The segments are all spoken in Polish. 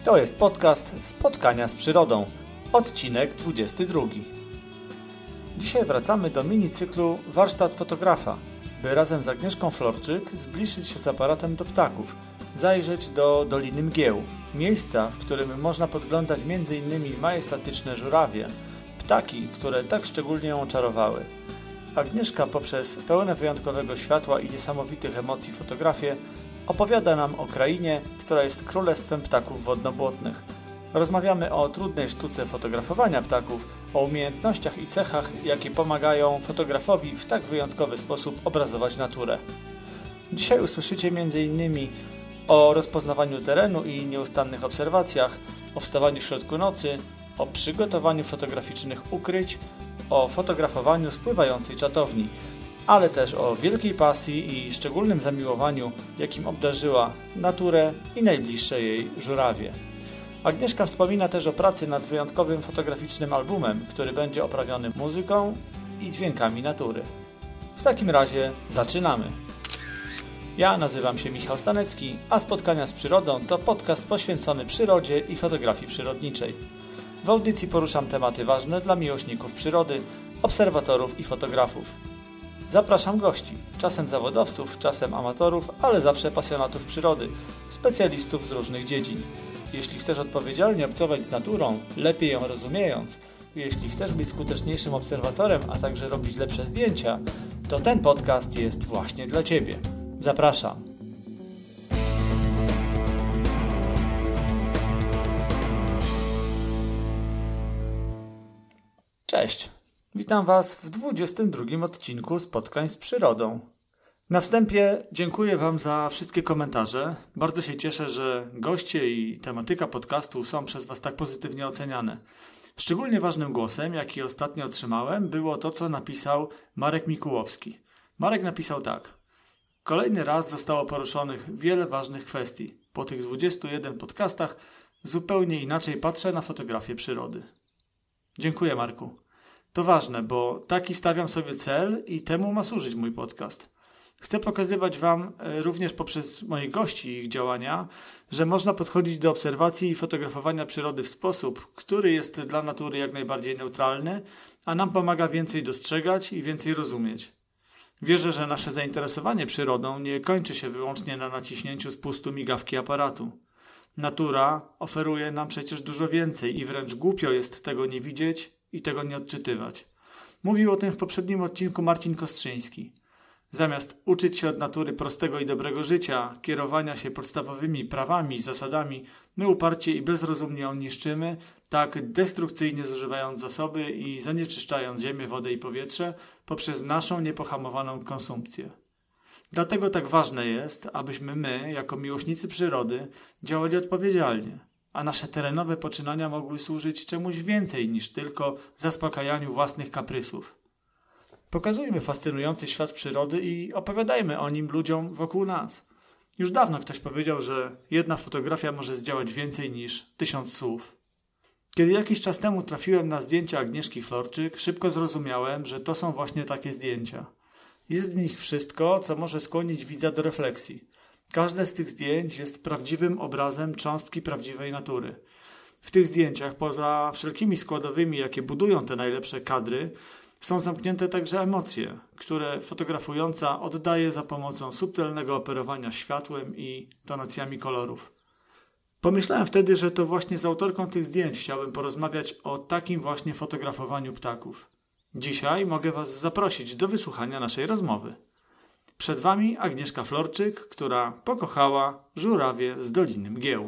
To jest podcast Spotkania z Przyrodą, odcinek 22. Dzisiaj wracamy do mini-cyklu Warsztat Fotografa, by razem z Agnieszką Florczyk zbliżyć się z aparatem do ptaków, zajrzeć do Doliny Mgieł, miejsca, w którym można podglądać m.in. majestatyczne żurawie, ptaki, które tak szczególnie ją czarowały. Agnieszka poprzez pełne wyjątkowego światła i niesamowitych emocji fotografię opowiada nam o krainie, która jest królestwem ptaków wodno-błotnych. Rozmawiamy o trudnej sztuce fotografowania ptaków, o umiejętnościach i cechach, jakie pomagają fotografowi w tak wyjątkowy sposób obrazować naturę. Dzisiaj usłyszycie m.in. o rozpoznawaniu terenu i nieustannych obserwacjach, o wstawaniu w środku nocy, o przygotowaniu fotograficznych ukryć, o fotografowaniu z pływającej czatowni, ale też o wielkiej pasji i szczególnym zamiłowaniu, jakim obdarzyła naturę i najbliższe jej żurawie. Agnieszka wspomina też o pracy nad wyjątkowym fotograficznym albumem, który będzie oprawiony muzyką i dźwiękami natury. W takim razie zaczynamy! Ja nazywam się Michał Stanecki, a Spotkania z Przyrodą to podcast poświęcony przyrodzie i fotografii przyrodniczej. W audycji poruszam tematy ważne dla miłośników przyrody, obserwatorów i fotografów. Zapraszam gości, czasem zawodowców, czasem amatorów, ale zawsze pasjonatów przyrody, specjalistów z różnych dziedzin. Jeśli chcesz odpowiedzialnie obcować z naturą, lepiej ją rozumiejąc, jeśli chcesz być skuteczniejszym obserwatorem, a także robić lepsze zdjęcia, to ten podcast jest właśnie dla Ciebie. Zapraszam! Cześć! Witam Was w 22 odcinku Spotkań z Przyrodą. Na wstępie dziękuję Wam za wszystkie komentarze. Bardzo się cieszę, że goście i tematyka podcastu są przez Was tak pozytywnie oceniane. Szczególnie ważnym głosem, jaki ostatnio otrzymałem, było to, co napisał Marek Mikułowski. Marek napisał tak. Kolejny raz zostało poruszonych wiele ważnych kwestii. Po tych 21 podcastach zupełnie inaczej patrzę na fotografię przyrody. Dziękuję, Marku. To ważne, bo taki stawiam sobie cel i temu ma służyć mój podcast. Chcę pokazywać Wam również poprzez moich gości i ich działania, że można podchodzić do obserwacji i fotografowania przyrody w sposób, który jest dla natury jak najbardziej neutralny, a nam pomaga więcej dostrzegać i więcej rozumieć. Wierzę, że nasze zainteresowanie przyrodą nie kończy się wyłącznie na naciśnięciu spustu migawki aparatu. Natura oferuje nam przecież dużo więcej i wręcz głupio jest tego nie widzieć i tego nie odczytywać. Mówił o tym w poprzednim odcinku Marcin Kostrzyński. Zamiast uczyć się od natury prostego i dobrego życia, kierowania się podstawowymi prawami, zasadami, my uparcie i bezrozumnie ją niszczymy, tak destrukcyjnie zużywając zasoby i zanieczyszczając ziemię, wodę i powietrze poprzez naszą niepohamowaną konsumpcję. Dlatego tak ważne jest, abyśmy my, jako miłośnicy przyrody, działali odpowiedzialnie, a nasze terenowe poczynania mogły służyć czemuś więcej niż tylko zaspokajaniu własnych kaprysów. Pokazujmy fascynujący świat przyrody i opowiadajmy o nim ludziom wokół nas. Już dawno ktoś powiedział, że jedna fotografia może zdziałać więcej niż 1000 słów. Kiedy jakiś czas temu trafiłem na zdjęcia Agnieszki Florczyk, szybko zrozumiałem, że to są właśnie takie zdjęcia. Jest w nich wszystko, co może skłonić widza do refleksji. Każde z tych zdjęć jest prawdziwym obrazem cząstki prawdziwej natury. W tych zdjęciach, poza wszelkimi składowymi, jakie budują te najlepsze kadry, są zamknięte także emocje, które fotografująca oddaje za pomocą subtelnego operowania światłem i tonacjami kolorów. Pomyślałem wtedy, że to właśnie z autorką tych zdjęć chciałbym porozmawiać o takim właśnie fotografowaniu ptaków. Dzisiaj mogę Was zaprosić do wysłuchania naszej rozmowy. Przed Wami Agnieszka Florczyk, która pokochała żurawie z Doliny Mgieł.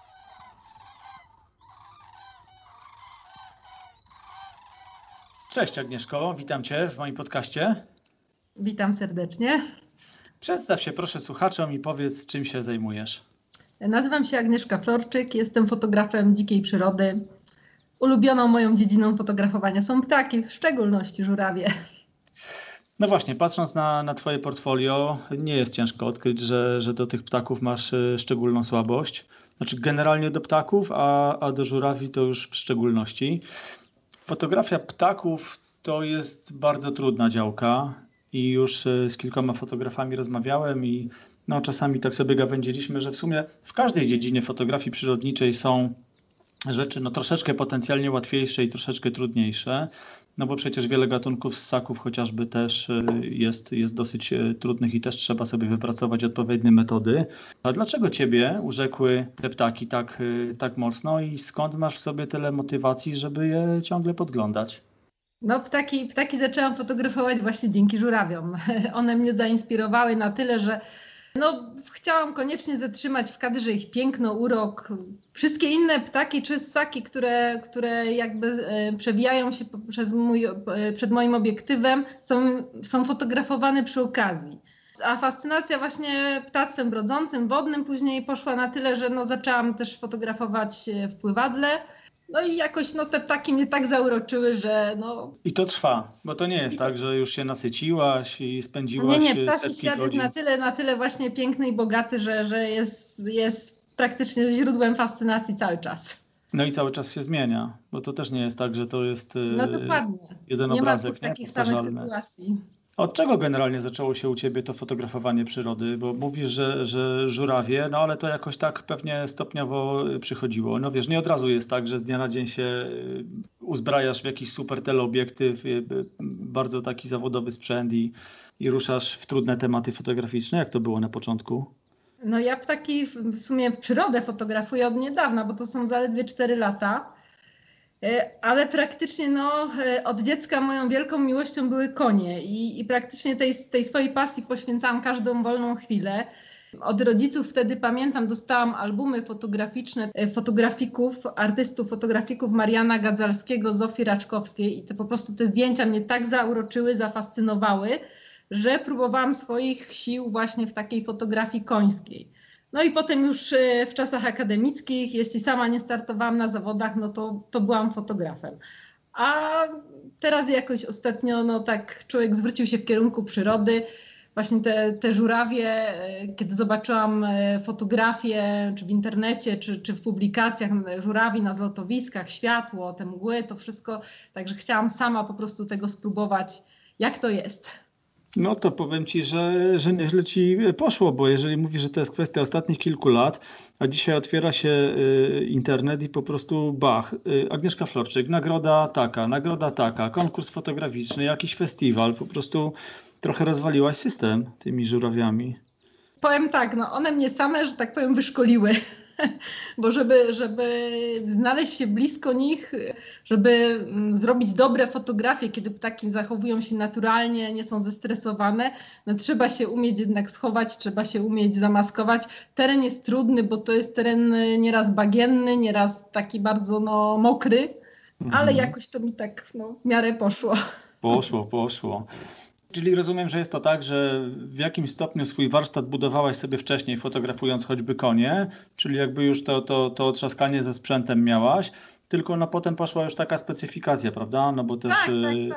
Cześć Agnieszko, witam Cię w moim podcaście. Witam serdecznie. Przedstaw się proszę słuchaczom i powiedz, czym się zajmujesz. Nazywam się Agnieszka Florczyk, jestem fotografem dzikiej przyrody. Ulubioną moją dziedziną fotografowania są ptaki, w szczególności żurawie. No właśnie, patrząc na Twoje portfolio, nie jest ciężko odkryć, że do tych ptaków masz szczególną słabość. Znaczy generalnie do ptaków, a do żurawi to już w szczególności. Fotografia ptaków to jest bardzo trudna działka i już z kilkoma fotografami rozmawiałem i No czasami tak sobie gawędziliśmy, że w sumie w każdej dziedzinie fotografii przyrodniczej są rzeczy troszeczkę potencjalnie łatwiejsze i troszeczkę trudniejsze, no bo przecież wiele gatunków ssaków chociażby też jest dosyć trudnych i też trzeba sobie wypracować odpowiednie metody. A dlaczego Ciebie urzekły te ptaki tak mocno i skąd masz w sobie tyle motywacji, żeby je ciągle podglądać? No ptaki zaczęłam fotografować właśnie dzięki żurawiom. One mnie zainspirowały na tyle, że chciałam koniecznie zatrzymać w kadrze ich piękno, urok. Wszystkie inne ptaki czy ssaki, które jakby przewijają się przed moim obiektywem, są fotografowane przy okazji. A fascynacja właśnie ptactwem brodzącym, wodnym później poszła na tyle, że zaczęłam też fotografować w pływadle. No i jakoś te ptaki mnie tak zauroczyły, że I to trwa, bo to nie jest tak, że już się nasyciłaś i spędziłaś Nie, ptasi setki świat godzin. jest na tyle właśnie piękny i bogaty, że jest praktycznie źródłem fascynacji cały czas. No i cały czas się zmienia, bo to też nie jest tak, że to jest Dokładnie. jeden Nie obrazek, ma takich samych sytuacji. Od czego generalnie zaczęło się u Ciebie to fotografowanie przyrody? Bo mówisz, że żurawie, ale to jakoś tak pewnie stopniowo przychodziło. No wiesz, nie od razu jest tak, że z dnia na dzień się uzbrajasz w jakiś super teleobiektyw, bardzo taki zawodowy sprzęt i ruszasz w trudne tematy fotograficzne. Jak to było na początku? No ja ptaki w sumie przyrodę fotografuję od niedawna, bo to są zaledwie 4 lata. Ale praktycznie od dziecka moją wielką miłością były konie i praktycznie tej swojej pasji poświęcałam każdą wolną chwilę. Od rodziców wtedy pamiętam, dostałam albumy fotograficzne artystów fotografików Mariana Gadzalskiego, Zofii Raczkowskiej i po prostu te zdjęcia mnie tak zauroczyły, zafascynowały, że próbowałam swoich sił właśnie w takiej fotografii końskiej. No i potem już w czasach akademickich, jeśli sama nie startowałam na zawodach, to byłam fotografem. A teraz jakoś ostatnio tak człowiek zwrócił się w kierunku przyrody. Właśnie te żurawie, kiedy zobaczyłam fotografie, czy w internecie, czy w publikacjach żurawi na zlotowiskach, światło, te mgły, to wszystko. Także chciałam sama po prostu tego spróbować, jak to jest. No to powiem Ci, że nieźle Ci poszło, bo jeżeli mówisz, że to jest kwestia ostatnich kilku lat, a dzisiaj otwiera się internet i po prostu bach, Agnieszka Florczyk, nagroda taka, konkurs fotograficzny, jakiś festiwal, po prostu trochę rozwaliłaś system tymi żurawiami. Powiem tak, one mnie same, że tak powiem, wyszkoliły. Bo żeby znaleźć się blisko nich, żeby zrobić dobre fotografie, kiedy ptaki zachowują się naturalnie, nie są zestresowane, trzeba się umieć jednak schować, trzeba się umieć zamaskować. Teren jest trudny, bo to jest teren nieraz bagienny, nieraz taki bardzo mokry, ale jakoś to mi tak w miarę poszło. Poszło. Czyli rozumiem, że jest to tak, że w jakimś stopniu swój warsztat budowałaś sobie wcześniej, fotografując choćby konie, czyli jakby już to trzaskanie ze sprzętem miałaś, tylko potem poszła już taka specyfikacja, prawda? No bo też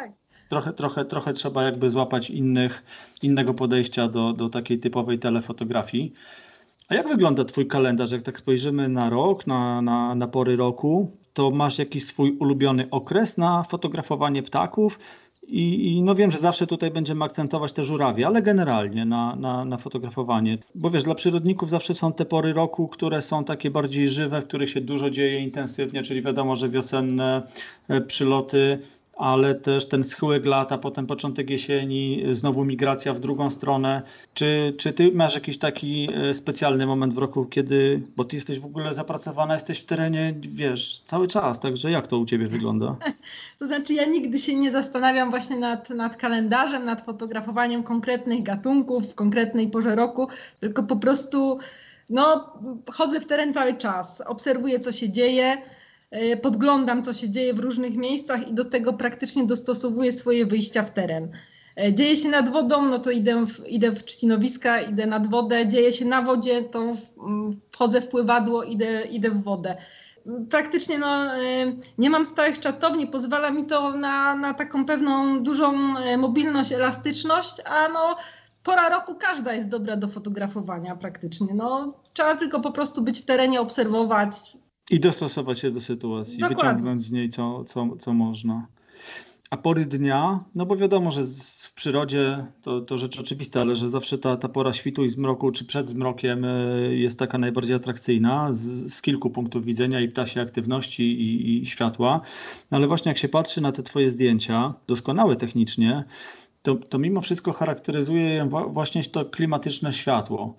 tak. Trochę trzeba jakby złapać innego podejścia do takiej typowej telefotografii. A jak wygląda Twój kalendarz? Jak tak spojrzymy na rok, na pory roku, to masz jakiś swój ulubiony okres na fotografowanie ptaków? I wiem, że zawsze tutaj będziemy akcentować te żurawie, ale generalnie na fotografowanie. Bo wiesz, dla przyrodników zawsze są te pory roku, które są takie bardziej żywe, w których się dużo dzieje intensywnie, czyli wiadomo, że wiosenne przyloty, ale też ten schyłek lata, potem początek jesieni, znowu migracja w drugą stronę. Czy ty masz jakiś taki specjalny moment w roku, bo ty jesteś w ogóle zapracowana, jesteś w terenie, wiesz, cały czas, także jak to u ciebie wygląda? To znaczy ja nigdy się nie zastanawiam właśnie nad kalendarzem, nad fotografowaniem konkretnych gatunków w konkretnej porze roku, tylko po prostu chodzę w teren cały czas, obserwuję co się dzieje, podglądam co się dzieje w różnych miejscach i do tego praktycznie dostosowuję swoje wyjścia w teren. Dzieje się nad wodą, to idę w trzcinowiska, idę nad wodę, dzieje się na wodzie, to wchodzę w pływadło, idę w wodę. Praktycznie nie mam stałych czatowni, pozwala mi to na taką pewną dużą mobilność, elastyczność, a pora roku każda jest dobra do fotografowania praktycznie. Trzeba tylko po prostu być w terenie, obserwować. I dostosować się do sytuacji, wyciągnąć z niej co można. A pory dnia, bo wiadomo, że w przyrodzie to rzecz oczywista, ale że zawsze ta pora świtu i zmroku, czy przed zmrokiem jest taka najbardziej atrakcyjna z kilku punktów widzenia i ptasiej aktywności i światła. No ale właśnie jak się patrzy na te twoje zdjęcia, doskonałe technicznie, to mimo wszystko charakteryzuje je właśnie to klimatyczne światło.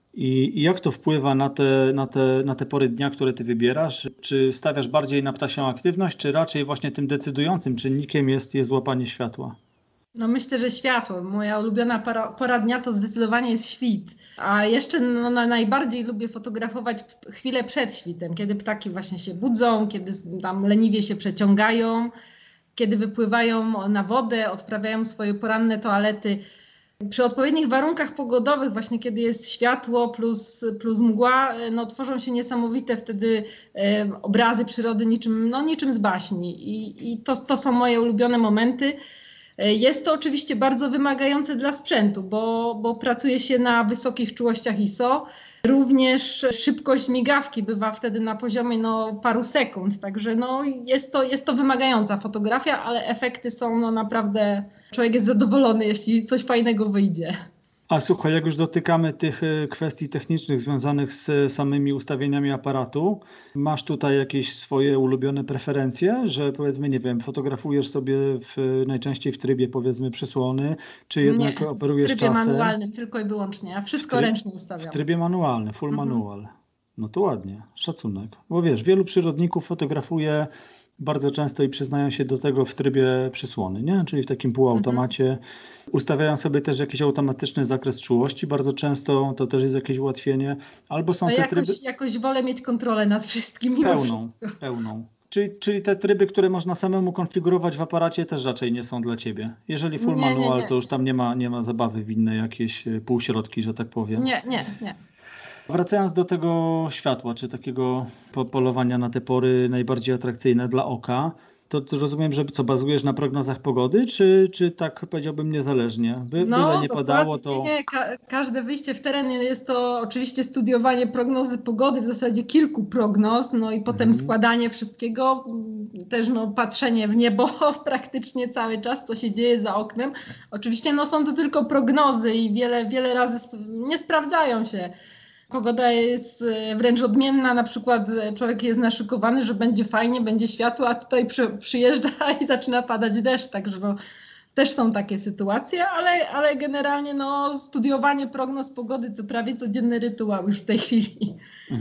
I jak to wpływa na te pory dnia, które ty wybierasz? Czy stawiasz bardziej na ptasią aktywność, czy raczej właśnie tym decydującym czynnikiem jest łapanie światła? No myślę, że światło. Moja ulubiona pora dnia to zdecydowanie jest świt. A jeszcze najbardziej lubię fotografować chwilę przed świtem, kiedy ptaki właśnie się budzą, kiedy tam leniwie się przeciągają, kiedy wypływają na wodę, odprawiają swoje poranne toalety. Przy odpowiednich warunkach pogodowych, właśnie kiedy jest światło plus mgła, no, tworzą się niesamowite wtedy obrazy przyrody niczym z baśni. I to są moje ulubione momenty. Jest to oczywiście bardzo wymagające dla sprzętu, bo pracuje się na wysokich czułościach ISO. Również szybkość migawki bywa wtedy na poziomie paru sekund, także jest to wymagająca fotografia, ale efekty są naprawdę, człowiek jest zadowolony, jeśli coś fajnego wyjdzie. A słuchaj, jak już dotykamy tych kwestii technicznych związanych z samymi ustawieniami aparatu, masz tutaj jakieś swoje ulubione preferencje, że powiedzmy, nie wiem, fotografujesz sobie najczęściej w trybie powiedzmy przysłony, czy jednak operujesz czasem? W trybie manualnym tylko i wyłącznie, a wszystko ręcznie ustawiam. W trybie manualnym, full manual. No to ładnie, szacunek. Bo wiesz, wielu przyrodników fotografuje bardzo często i przyznają się do tego w trybie przysłony, nie? Czyli w takim półautomacie. Ustawiają sobie też jakiś automatyczny zakres czułości. Bardzo często to też jest jakieś ułatwienie. Albo są te tryby... Jakoś wolę mieć kontrolę nad wszystkim. Pełną. Czyli te tryby, które można samemu konfigurować w aparacie, też raczej nie są dla ciebie. Jeżeli full manual, to już tam nie ma zabawy w inne jakieś półśrodki, że tak powiem. Nie. Wracając do tego światła, czy takiego polowania na te pory najbardziej atrakcyjne dla oka, to rozumiem, że bazujesz na prognozach pogody, czy tak powiedziałbym niezależnie? Byle nie padało, to... Nie, każde wyjście w teren jest to oczywiście studiowanie prognozy pogody, w zasadzie kilku prognoz, i potem składanie wszystkiego, też patrzenie w niebo praktycznie cały czas, co się dzieje za oknem. Oczywiście są to tylko prognozy i wiele razy nie sprawdzają się. Pogoda jest wręcz odmienna, na przykład człowiek jest naszykowany, że będzie fajnie, będzie światło, a tutaj przyjeżdża i zaczyna padać deszcz, także też są takie sytuacje, ale generalnie studiowanie prognoz pogody to prawie codzienny rytuał już w tej chwili.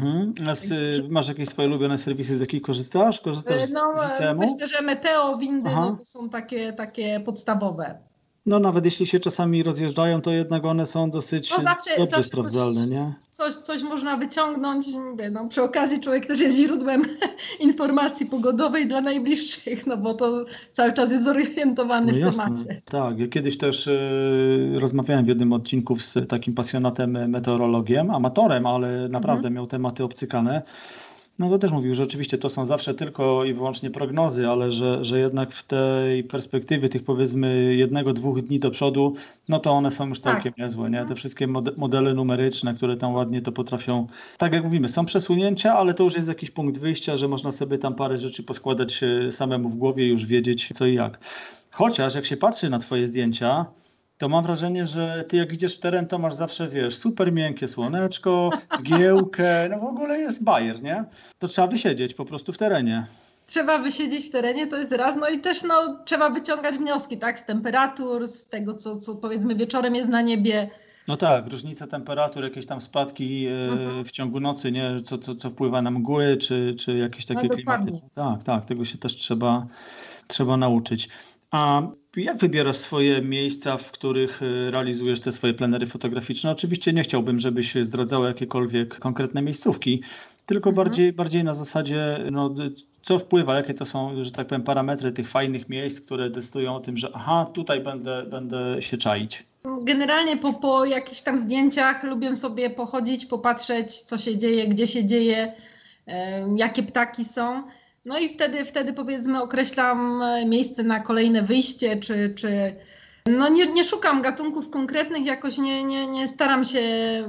Masz jakieś swoje ulubione serwisy, z jakich korzystasz? Korzystasz z ICM-u? Myślę, że Meteo, Windy to są takie podstawowe. Nawet jeśli się czasami rozjeżdżają, to jednak one są dosyć dobrze sprawdzalne, nie? Coś można wyciągnąć. Przy okazji człowiek też jest źródłem informacji pogodowej dla najbliższych, bo to cały czas jest zorientowany w temacie. Tak, ja kiedyś też rozmawiałem w jednym odcinku z takim pasjonatem meteorologiem, amatorem, ale naprawdę miał tematy obcykane. To też mówił, że oczywiście to są zawsze tylko i wyłącznie prognozy, ale że jednak w tej perspektywie tych powiedzmy 1-2 dni do przodu, to one są już całkiem niezłe, nie? Te wszystkie modele numeryczne, które tam ładnie to potrafią, tak jak mówimy, są przesunięcia, ale to już jest jakiś punkt wyjścia, że można sobie tam parę rzeczy poskładać samemu w głowie i już wiedzieć co i jak. Chociaż jak się patrzy na twoje zdjęcia, to mam wrażenie, że ty jak idziesz w teren, to masz zawsze, super miękkie słoneczko, giełkę, w ogóle jest bajer, nie? To trzeba wysiedzieć po prostu w terenie. Trzeba wysiedzieć w terenie, to jest raz, i też trzeba wyciągać wnioski, tak, z temperatur, z tego, co powiedzmy wieczorem jest na niebie. Tak, różnice temperatur, jakieś tam spadki w ciągu nocy, nie? Co wpływa na mgły, czy jakieś takie klimaty. Tak, tego się też trzeba nauczyć. A jak wybierasz swoje miejsca, w których realizujesz te swoje plenery fotograficzne? Oczywiście nie chciałbym, żebyś zdradzała jakiekolwiek konkretne miejscówki, tylko bardziej na zasadzie, co wpływa, jakie to są, że tak powiem, parametry tych fajnych miejsc, które decydują o tym, że tutaj będę się czaić. Generalnie po jakichś tam zdjęciach lubię sobie pochodzić, popatrzeć, co się dzieje, gdzie się dzieje, jakie ptaki są. I wtedy powiedzmy określam miejsce na kolejne wyjście, czy nie szukam gatunków konkretnych, jakoś nie staram się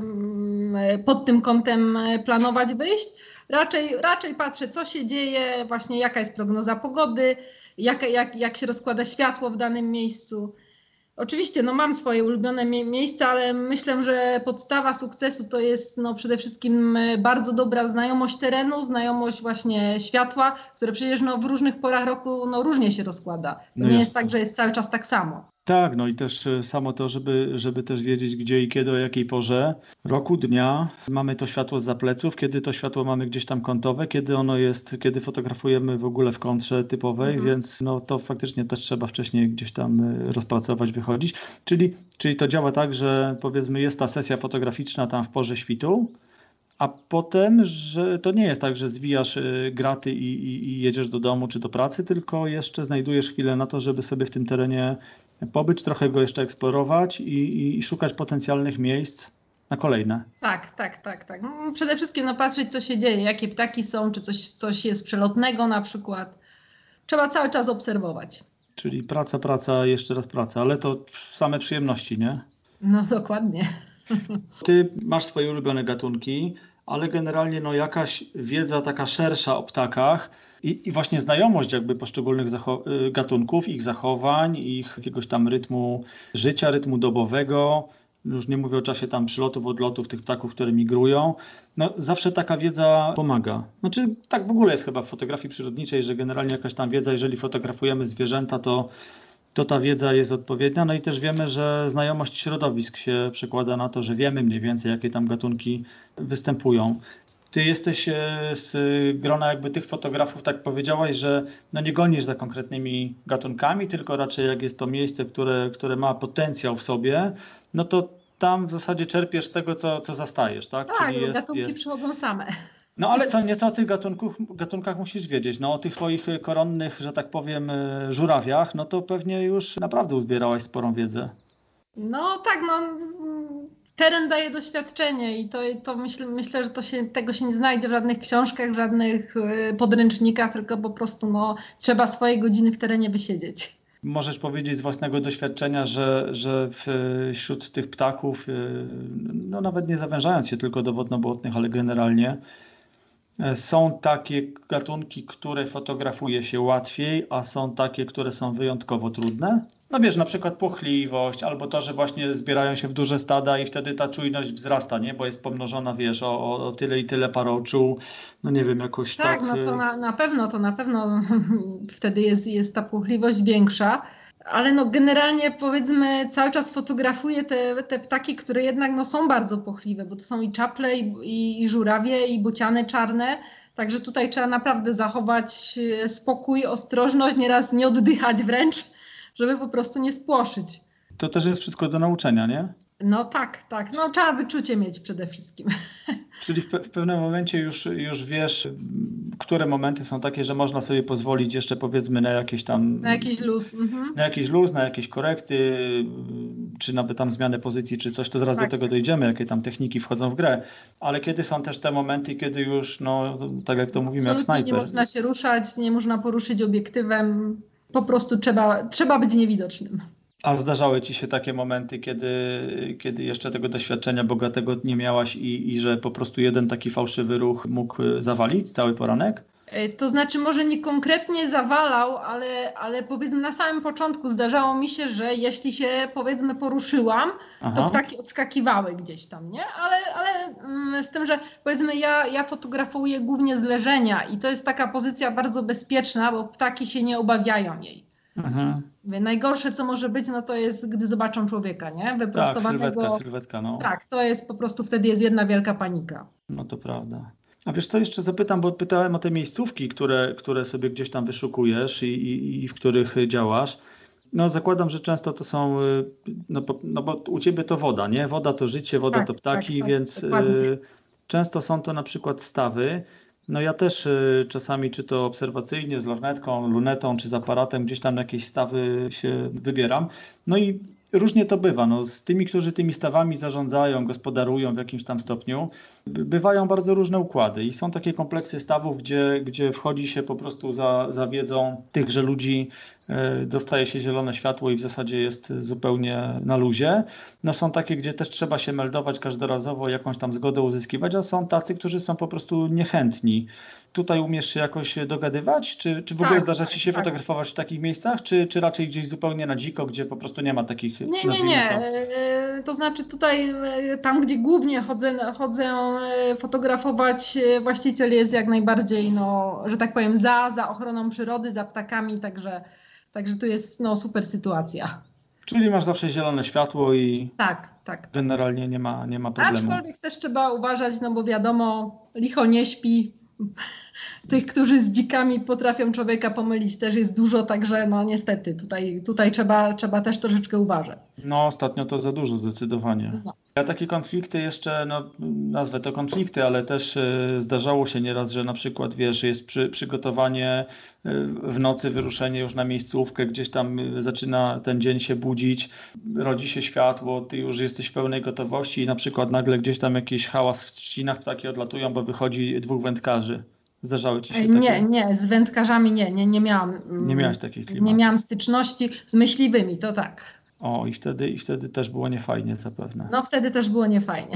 pod tym kątem planować wyjść. Raczej patrzę, co się dzieje, właśnie jaka jest prognoza pogody, jak się rozkłada światło w danym miejscu. Oczywiście, no mam swoje ulubione miejsca, ale myślę, że podstawa sukcesu to jest przede wszystkim bardzo dobra znajomość terenu, znajomość właśnie światła, które przecież w różnych porach roku różnie się rozkłada. To nie jest tak, że jest cały czas tak samo. Tak, no i też samo to, żeby też wiedzieć gdzie i kiedy, o jakiej porze roku, dnia mamy to światło zza pleców, kiedy to światło mamy gdzieś tam kątowe, kiedy ono jest, kiedy fotografujemy w ogóle w kontrze typowej, więc to faktycznie też trzeba wcześniej gdzieś tam rozpracować, wychodzić. Czyli to działa tak, że powiedzmy jest ta sesja fotograficzna tam w porze świtu, a potem, że to nie jest tak, że zwijasz graty i jedziesz do domu czy do pracy, tylko jeszcze znajdujesz chwilę na to, żeby sobie w tym terenie pobyć, trochę go jeszcze eksplorować i szukać potencjalnych miejsc na kolejne. Tak. Przede wszystkim patrzeć, co się dzieje, jakie ptaki są, czy coś jest przelotnego na przykład. Trzeba cały czas obserwować. Czyli praca, jeszcze raz praca, ale to same przyjemności, nie? No dokładnie. Ty masz swoje ulubione gatunki, ale generalnie jakaś wiedza taka szersza o ptakach i właśnie znajomość jakby poszczególnych gatunków, ich zachowań, ich jakiegoś tam rytmu życia, rytmu dobowego, już nie mówię o czasie tam przylotów, odlotów tych ptaków, które migrują. Zawsze taka wiedza pomaga. Tak w ogóle jest chyba w fotografii przyrodniczej, że generalnie jakaś tam wiedza, jeżeli fotografujemy zwierzęta, to ta wiedza jest odpowiednia. I też wiemy, że znajomość środowisk się przekłada na to, że wiemy mniej więcej, jakie tam gatunki występują. Ty jesteś z grona jakby tych fotografów, tak powiedziałaś, że nie gonisz za konkretnymi gatunkami, tylko raczej jak jest to miejsce, które ma potencjał w sobie, to tam w zasadzie czerpiesz z tego, co zastajesz, tak? Tak, czyli gatunki przychodzą same. Ale co nieco o tych gatunkach musisz wiedzieć. O tych twoich koronnych, że tak powiem, żurawiach, to pewnie już naprawdę uzbierałaś sporą wiedzę. Teren daje doświadczenie i to myślę, że tego się nie znajdzie w żadnych książkach, w żadnych podręcznikach, tylko po prostu trzeba swoje godziny w terenie wysiedzieć. Możesz powiedzieć z własnego doświadczenia, że wśród tych ptaków, nawet nie zawężając się tylko do wodno-błotnych, ale generalnie są takie gatunki, które fotografuje się łatwiej, a są takie, które są wyjątkowo trudne. Na przykład płochliwość, albo to, że właśnie zbierają się w duże stada i wtedy ta czujność wzrasta, nie? Bo jest pomnożona, o tyle i tyle paroczu. Nie wiem, jakoś tak. Tak, to na pewno wtedy jest ta płochliwość większa. Ale generalnie powiedzmy cały czas fotografuję te ptaki, które jednak są bardzo płochliwe, bo to są i czaple, i żurawie, i bociany czarne. Także tutaj trzeba naprawdę zachować spokój, ostrożność, nieraz nie oddychać wręcz, żeby po prostu nie spłoszyć. To też jest wszystko do nauczenia, nie? Tak. Trzeba wyczucie mieć przede wszystkim. Czyli w pewnym momencie już wiesz, które momenty są takie, że można sobie pozwolić jeszcze powiedzmy na jakieś tam... Na jakiś luz. Na jakiś luz, na jakieś korekty, czy nawet tam zmianę pozycji, czy coś, to zaraz do tego dojdziemy, jakie tam techniki wchodzą w grę. Ale kiedy są też te momenty, kiedy już, tak jak to mówimy, jak snajper. Nie można się ruszać, nie można poruszyć obiektywem. Po prostu trzeba być niewidocznym. A zdarzały ci się takie momenty, kiedy jeszcze tego doświadczenia bogatego nie miałaś i że po prostu jeden taki fałszywy ruch mógł zawalić cały poranek? To znaczy może nie konkretnie zawalał, ale powiedzmy na samym początku zdarzało mi się, że jeśli się powiedzmy poruszyłam, to ptaki odskakiwały gdzieś tam, nie? Ale z tym, że powiedzmy ja fotografuję głównie z leżenia i to jest taka pozycja bardzo bezpieczna, bo ptaki się nie obawiają jej. Najgorsze, co może być, to jest, gdy zobaczą człowieka, nie? Wyprostowanego. Tak, sylwetka. Tak, to jest po prostu wtedy jest jedna wielka panika. To prawda. A wiesz co, jeszcze zapytam, bo pytałem o te miejscówki, które sobie gdzieś tam wyszukujesz i w których działasz. Zakładam, że często to są, bo u ciebie to woda, nie? Woda to życie, woda to ptaki, więc dokładnie. Często są to na przykład stawy. Ja też czasami, czy to obserwacyjnie, z lornetką, lunetą, czy z aparatem, gdzieś tam na jakieś stawy się wybieram. I różnie to bywa. Z tymi, którzy tymi stawami zarządzają, gospodarują w jakimś tam stopniu, bywają bardzo różne układy i są takie kompleksy stawów, gdzie wchodzi się po prostu za wiedzą tychże ludzi dostaje się zielone światło i w zasadzie jest zupełnie na luzie. No są takie, gdzie też trzeba się meldować każdorazowo, jakąś tam zgodę uzyskiwać, a są tacy, którzy są po prostu niechętni. Tutaj umiesz się jakoś dogadywać? Czy w ogóle zdarza ci się fotografować w takich miejscach, czy raczej gdzieś zupełnie na dziko, gdzie po prostu nie ma takich... Nie. To znaczy tutaj, tam gdzie głównie chodzę fotografować, właściciel jest jak najbardziej, że tak powiem, za ochroną przyrody, za ptakami, także tu jest super sytuacja. Czyli masz zawsze zielone światło i tak. Generalnie nie ma problemu. Aczkolwiek też trzeba uważać, bo wiadomo, licho nie śpi. Tych, którzy z dzikami potrafią człowieka pomylić, też jest dużo, także niestety tutaj trzeba też troszeczkę uważać. Ostatnio to za dużo zdecydowanie. Ja takie konflikty jeszcze, nazwę to konflikty, ale też zdarzało się nieraz, że na przykład jest przygotowanie w nocy, wyruszenie już na miejscówkę, gdzieś tam zaczyna ten dzień się budzić, rodzi się światło, ty już jesteś w pełnej gotowości i na przykład nagle gdzieś tam jakiś hałas w trzcinach, ptaki odlatują, bo wychodzi 2 wędkarzy. Zdarzały ci się takie? Nie, z wędkarzami nie miałam. Nie miałaś takich klimatów? Nie miałam styczności z myśliwymi, to tak. I wtedy też było niefajnie zapewne. Wtedy też było niefajnie.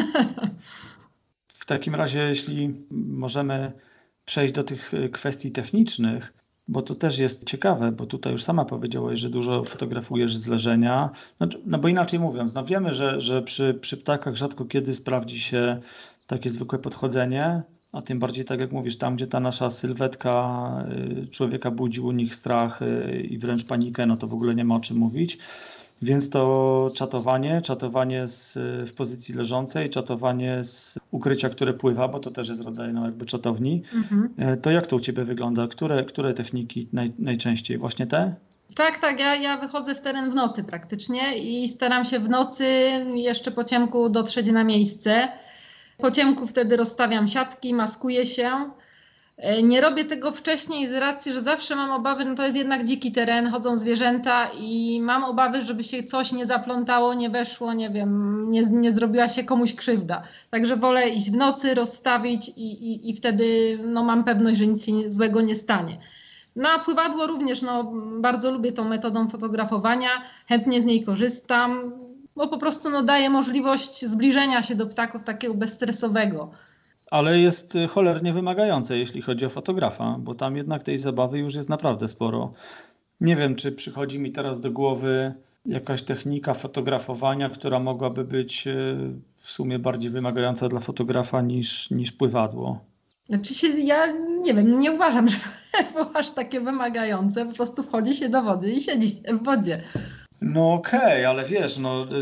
W takim razie, jeśli możemy przejść do tych kwestii technicznych, bo to też jest ciekawe, bo tutaj już sama powiedziałaś, że dużo fotografujesz z leżenia. Bo inaczej mówiąc, wiemy, że przy ptakach rzadko kiedy sprawdzi się takie zwykłe podchodzenie, a tym bardziej, tak jak mówisz, tam gdzie ta nasza sylwetka człowieka budzi u nich strach i wręcz panikę, to w ogóle nie ma o czym mówić. Więc to czatowanie w pozycji leżącej, czatowanie z ukrycia, które pływa, bo to też jest rodzaj jakby czatowni. To jak to u Ciebie wygląda? Które techniki najczęściej? Właśnie te? Tak, ja wychodzę w teren w nocy praktycznie i staram się w nocy jeszcze po ciemku dotrzeć na miejsce. Po ciemku wtedy rozstawiam siatki, maskuję się. Nie robię tego wcześniej z racji, że zawsze mam obawy, to jest jednak dziki teren, chodzą zwierzęta i mam obawy, żeby się coś nie zaplątało, nie weszło, nie zrobiła się komuś krzywda. Także wolę iść w nocy, rozstawić i wtedy mam pewność, że nic się złego nie stanie. A pływadło również, bardzo lubię tą metodą fotografowania, chętnie z niej korzystam, bo po prostu daje możliwość zbliżenia się do ptaków takiego bezstresowego. Ale jest cholernie wymagające, jeśli chodzi o fotografa, bo tam jednak tej zabawy już jest naprawdę sporo. Nie wiem, czy przychodzi mi teraz do głowy jakaś technika fotografowania, która mogłaby być w sumie bardziej wymagająca dla fotografa niż pływadło. Ja nie wiem, nie uważam, że było aż takie wymagające. Po prostu wchodzi się do wody i siedzi w wodzie. Okej, ale wiesz,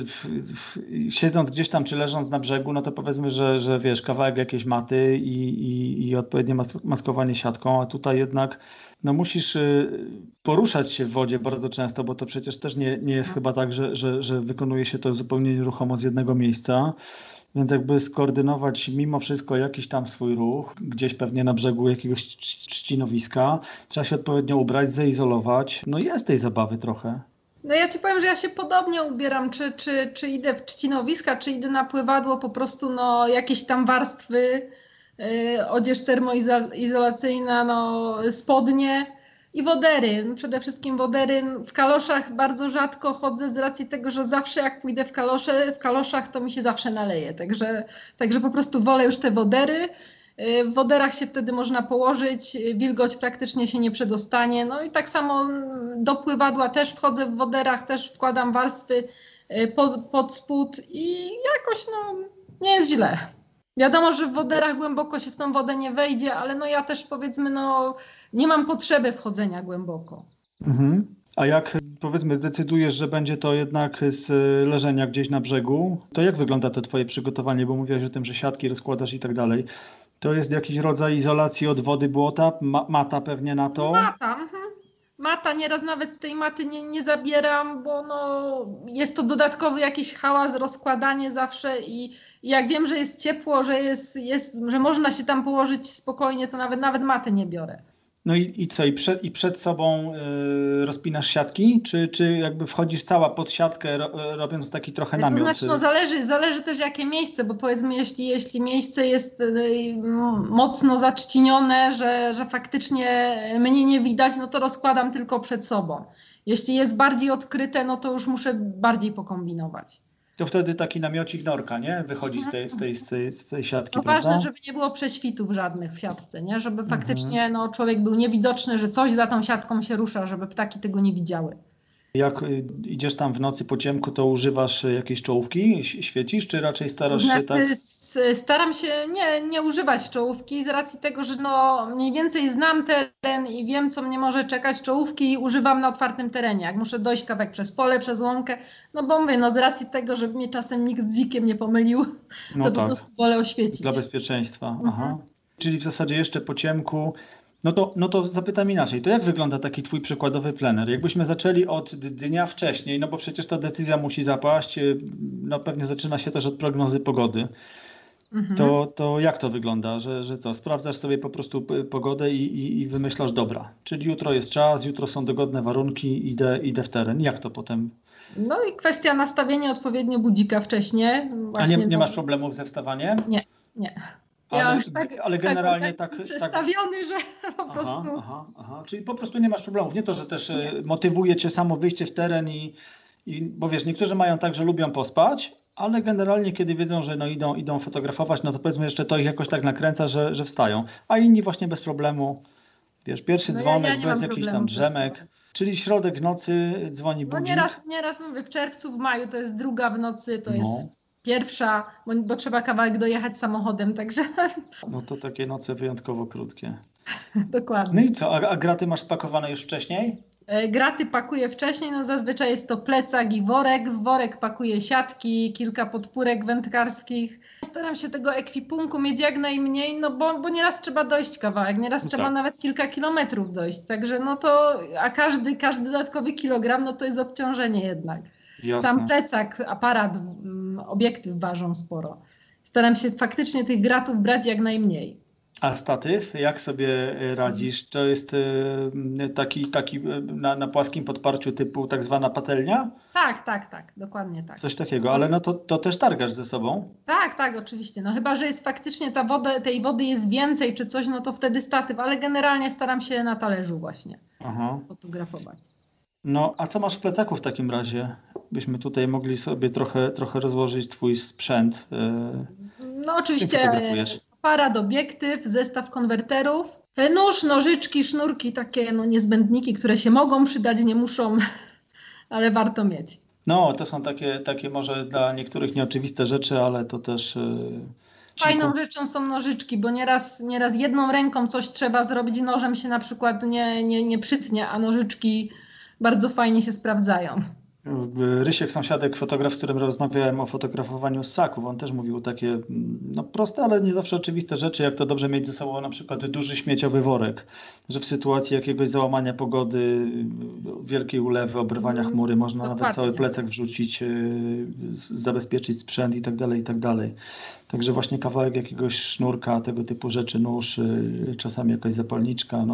siedząc gdzieś tam czy leżąc na brzegu, to powiedzmy, że wiesz, kawałek jakiejś maty i odpowiednie maskowanie siatką, a tutaj jednak musisz poruszać się w wodzie bardzo często, bo to przecież też nie jest chyba tak, że wykonuje się to zupełnie nieruchomo z jednego miejsca. Więc jakby skoordynować mimo wszystko jakiś tam swój ruch, gdzieś pewnie na brzegu jakiegoś trzcinowiska, trzeba się odpowiednio ubrać, zaizolować. Jest tej zabawy trochę. Ja Ci powiem, że ja się podobnie ubieram, czy idę w trzcinowiska, czy idę na pływadło, po prostu jakieś tam warstwy, odzież termoizolacyjna, spodnie i wodery. Przede wszystkim wodery. W kaloszach bardzo rzadko chodzę z racji tego, że zawsze jak pójdę w kaloszach to mi się zawsze naleje. Także po prostu wolę już te wodery. W woderach się wtedy można położyć, wilgoć praktycznie się nie przedostanie. I tak samo do pływadła też wchodzę w woderach, też wkładam warstwy pod spód i jakoś nie jest źle. Wiadomo, że w woderach głęboko się w tą wodę nie wejdzie, ale ja też powiedzmy nie mam potrzeby wchodzenia głęboko. A jak powiedzmy decydujesz, że będzie to jednak z leżenia gdzieś na brzegu, to jak wygląda to Twoje przygotowanie? Bo mówiłaś o tym, że siatki rozkładasz i tak dalej. To jest jakiś rodzaj izolacji od wody, błota? Mata pewnie na to? Mata, nieraz nawet tej maty nie zabieram, bo jest to dodatkowy jakiś hałas, rozkładanie zawsze i jak wiem, że jest ciepło, że można się tam położyć spokojnie, to nawet maty nie biorę. No i co? I przed sobą rozpinasz siatki? Czy jakby wchodzisz cała pod siatkę, robiąc taki trochę namiot? To znaczy, no zależy też jakie miejsce, bo powiedzmy, jeśli miejsce jest mocno zaczcinione, że faktycznie mnie nie widać, no to rozkładam tylko przed sobą. Jeśli jest bardziej odkryte, no to już muszę bardziej pokombinować. To wtedy taki namiocik norka, nie? Wychodzi z tej siatki, No prawda? ważne, żeby nie było prześwitów żadnych w siatce, nie? Żeby faktycznie człowiek był niewidoczny, że coś za tą siatką się rusza, żeby ptaki tego nie widziały. Jak idziesz tam w nocy po ciemku, to używasz jakiejś czołówki? Świecisz, czy raczej starasz się tak? Staram się nie używać czołówki z racji tego, że mniej więcej znam teren i wiem, co mnie może czekać. Czołówki używam na otwartym terenie. Jak muszę dojść kawałek przez pole, przez łąkę, bo mówię, z racji tego, żeby mnie czasem nikt z dzikiem nie pomylił, to po prostu wolę oświecić. Dla bezpieczeństwa. Aha. Czyli w zasadzie jeszcze po ciemku. No to zapytam inaczej. To jak wygląda taki twój przykładowy plener? Jakbyśmy zaczęli od dnia wcześniej, bo przecież ta decyzja musi zapaść, pewnie zaczyna się też od prognozy pogody. To jak to wygląda? Że co? Sprawdzasz sobie po prostu pogodę i wymyślasz, dobra, czyli jutro jest czas, jutro są dogodne warunki, idę w teren. Jak to potem? No i kwestia nastawienia odpowiednio budzika wcześniej. Właśnie, a nie masz problemów ze wstawaniem? Nie. Ale generalnie tak przestawiony, że po prostu... Aha. Czyli po prostu nie masz problemów. Nie to, że też motywuje cię samo wyjście w teren bo wiesz, niektórzy mają tak, że lubią pospać, ale generalnie kiedy wiedzą, że idą fotografować, to powiedzmy jeszcze to ich jakoś tak nakręca, że wstają. A inni właśnie bez problemu, wiesz, pierwszy dzwonek, bez jakichś tam drzemek. Czyli środek nocy dzwoni budzik. Nieraz mówię, w czerwcu, w maju to jest druga w nocy, to jest pierwsza, bo trzeba kawałek dojechać samochodem, także... No to takie noce wyjątkowo krótkie. Dokładnie. No i co, a graty masz spakowane już wcześniej? Graty pakuję wcześniej, zazwyczaj jest to plecak i worek. W worek pakuję siatki, kilka podpórek wędkarskich. Staram się tego ekwipunku mieć jak najmniej, bo nieraz trzeba dojść kawałek, nieraz trzeba nawet kilka kilometrów dojść. Także a każdy dodatkowy kilogram, to jest obciążenie jednak. Jasne. Sam plecak, aparat, obiektyw ważą sporo. Staram się faktycznie tych gratów brać jak najmniej. A statyw, jak sobie radzisz? To jest taki na płaskim podparciu typu tak zwana patelnia? Tak, dokładnie tak. Coś takiego, ale to też targasz ze sobą? Tak, oczywiście. Chyba, że jest faktycznie tej wody jest więcej czy coś, to wtedy statyw, ale generalnie staram się na talerzu właśnie fotografować. A co masz w plecaku w takim razie? Byśmy tutaj mogli sobie trochę rozłożyć twój sprzęt. Oczywiście aparat, obiektyw, zestaw konwerterów, nóż, nożyczki, sznurki, takie niezbędniki, które się mogą przydać, nie muszą, ale warto mieć. To są takie może dla niektórych nieoczywiste rzeczy, ale to też... Fajną rzeczą są nożyczki, bo nieraz jedną ręką coś trzeba zrobić, nożem się na przykład nie przytnie, a nożyczki bardzo fajnie się sprawdzają. Rysiek, sąsiadek, fotograf, z którym rozmawiałem o fotografowaniu ssaków, on też mówił takie proste, ale nie zawsze oczywiste rzeczy, jak to dobrze mieć ze sobą na przykład duży śmieciowy worek, że w sytuacji jakiegoś załamania pogody, wielkiej ulewy, obrywania chmury, można nawet cały plecak wrzucić, zabezpieczyć sprzęt i tak dalej. Także właśnie kawałek jakiegoś sznurka, tego typu rzeczy, nóż, czasami jakaś zapalniczka,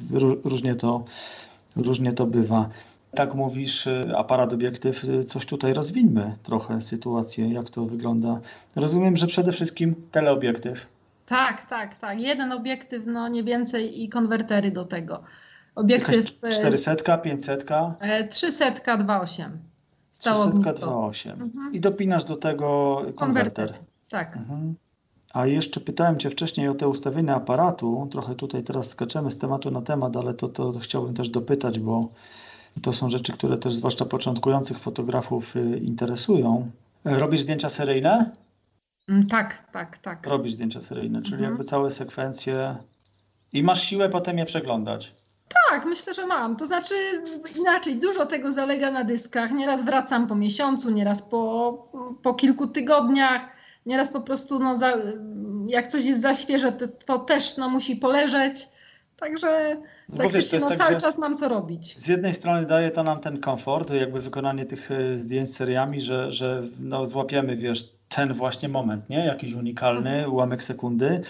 różnie to bywa. Tak mówisz, aparat, obiektyw, coś tutaj rozwińmy trochę sytuację, jak to wygląda. Rozumiem, że przede wszystkim teleobiektyw. Tak. Jeden obiektyw, nie więcej i konwertery do tego. Obiektyw 400, 500? 300, 2.8. 300, 2.8. I dopinasz do tego konwerter. Tak. A jeszcze pytałem Cię wcześniej o te ustawienia aparatu. Trochę tutaj teraz skaczemy z tematu na temat, ale to chciałbym też dopytać, bo to są rzeczy, które też zwłaszcza początkujących fotografów interesują. Robisz zdjęcia seryjne? Tak. Robisz zdjęcia seryjne, czyli jakby całe sekwencje i masz siłę potem je przeglądać. Tak, myślę, że mam. To znaczy inaczej, dużo tego zalega na dyskach. Nieraz wracam po miesiącu, nieraz po kilku tygodniach, nieraz po prostu jak coś jest za świeże, to też musi poleżeć. Także cały czas mam co robić. Z jednej strony daje to nam ten komfort, jakby wykonanie tych zdjęć seriami, że złapiemy, ten właśnie moment, nie? Jakiś unikalny ułamek sekundy.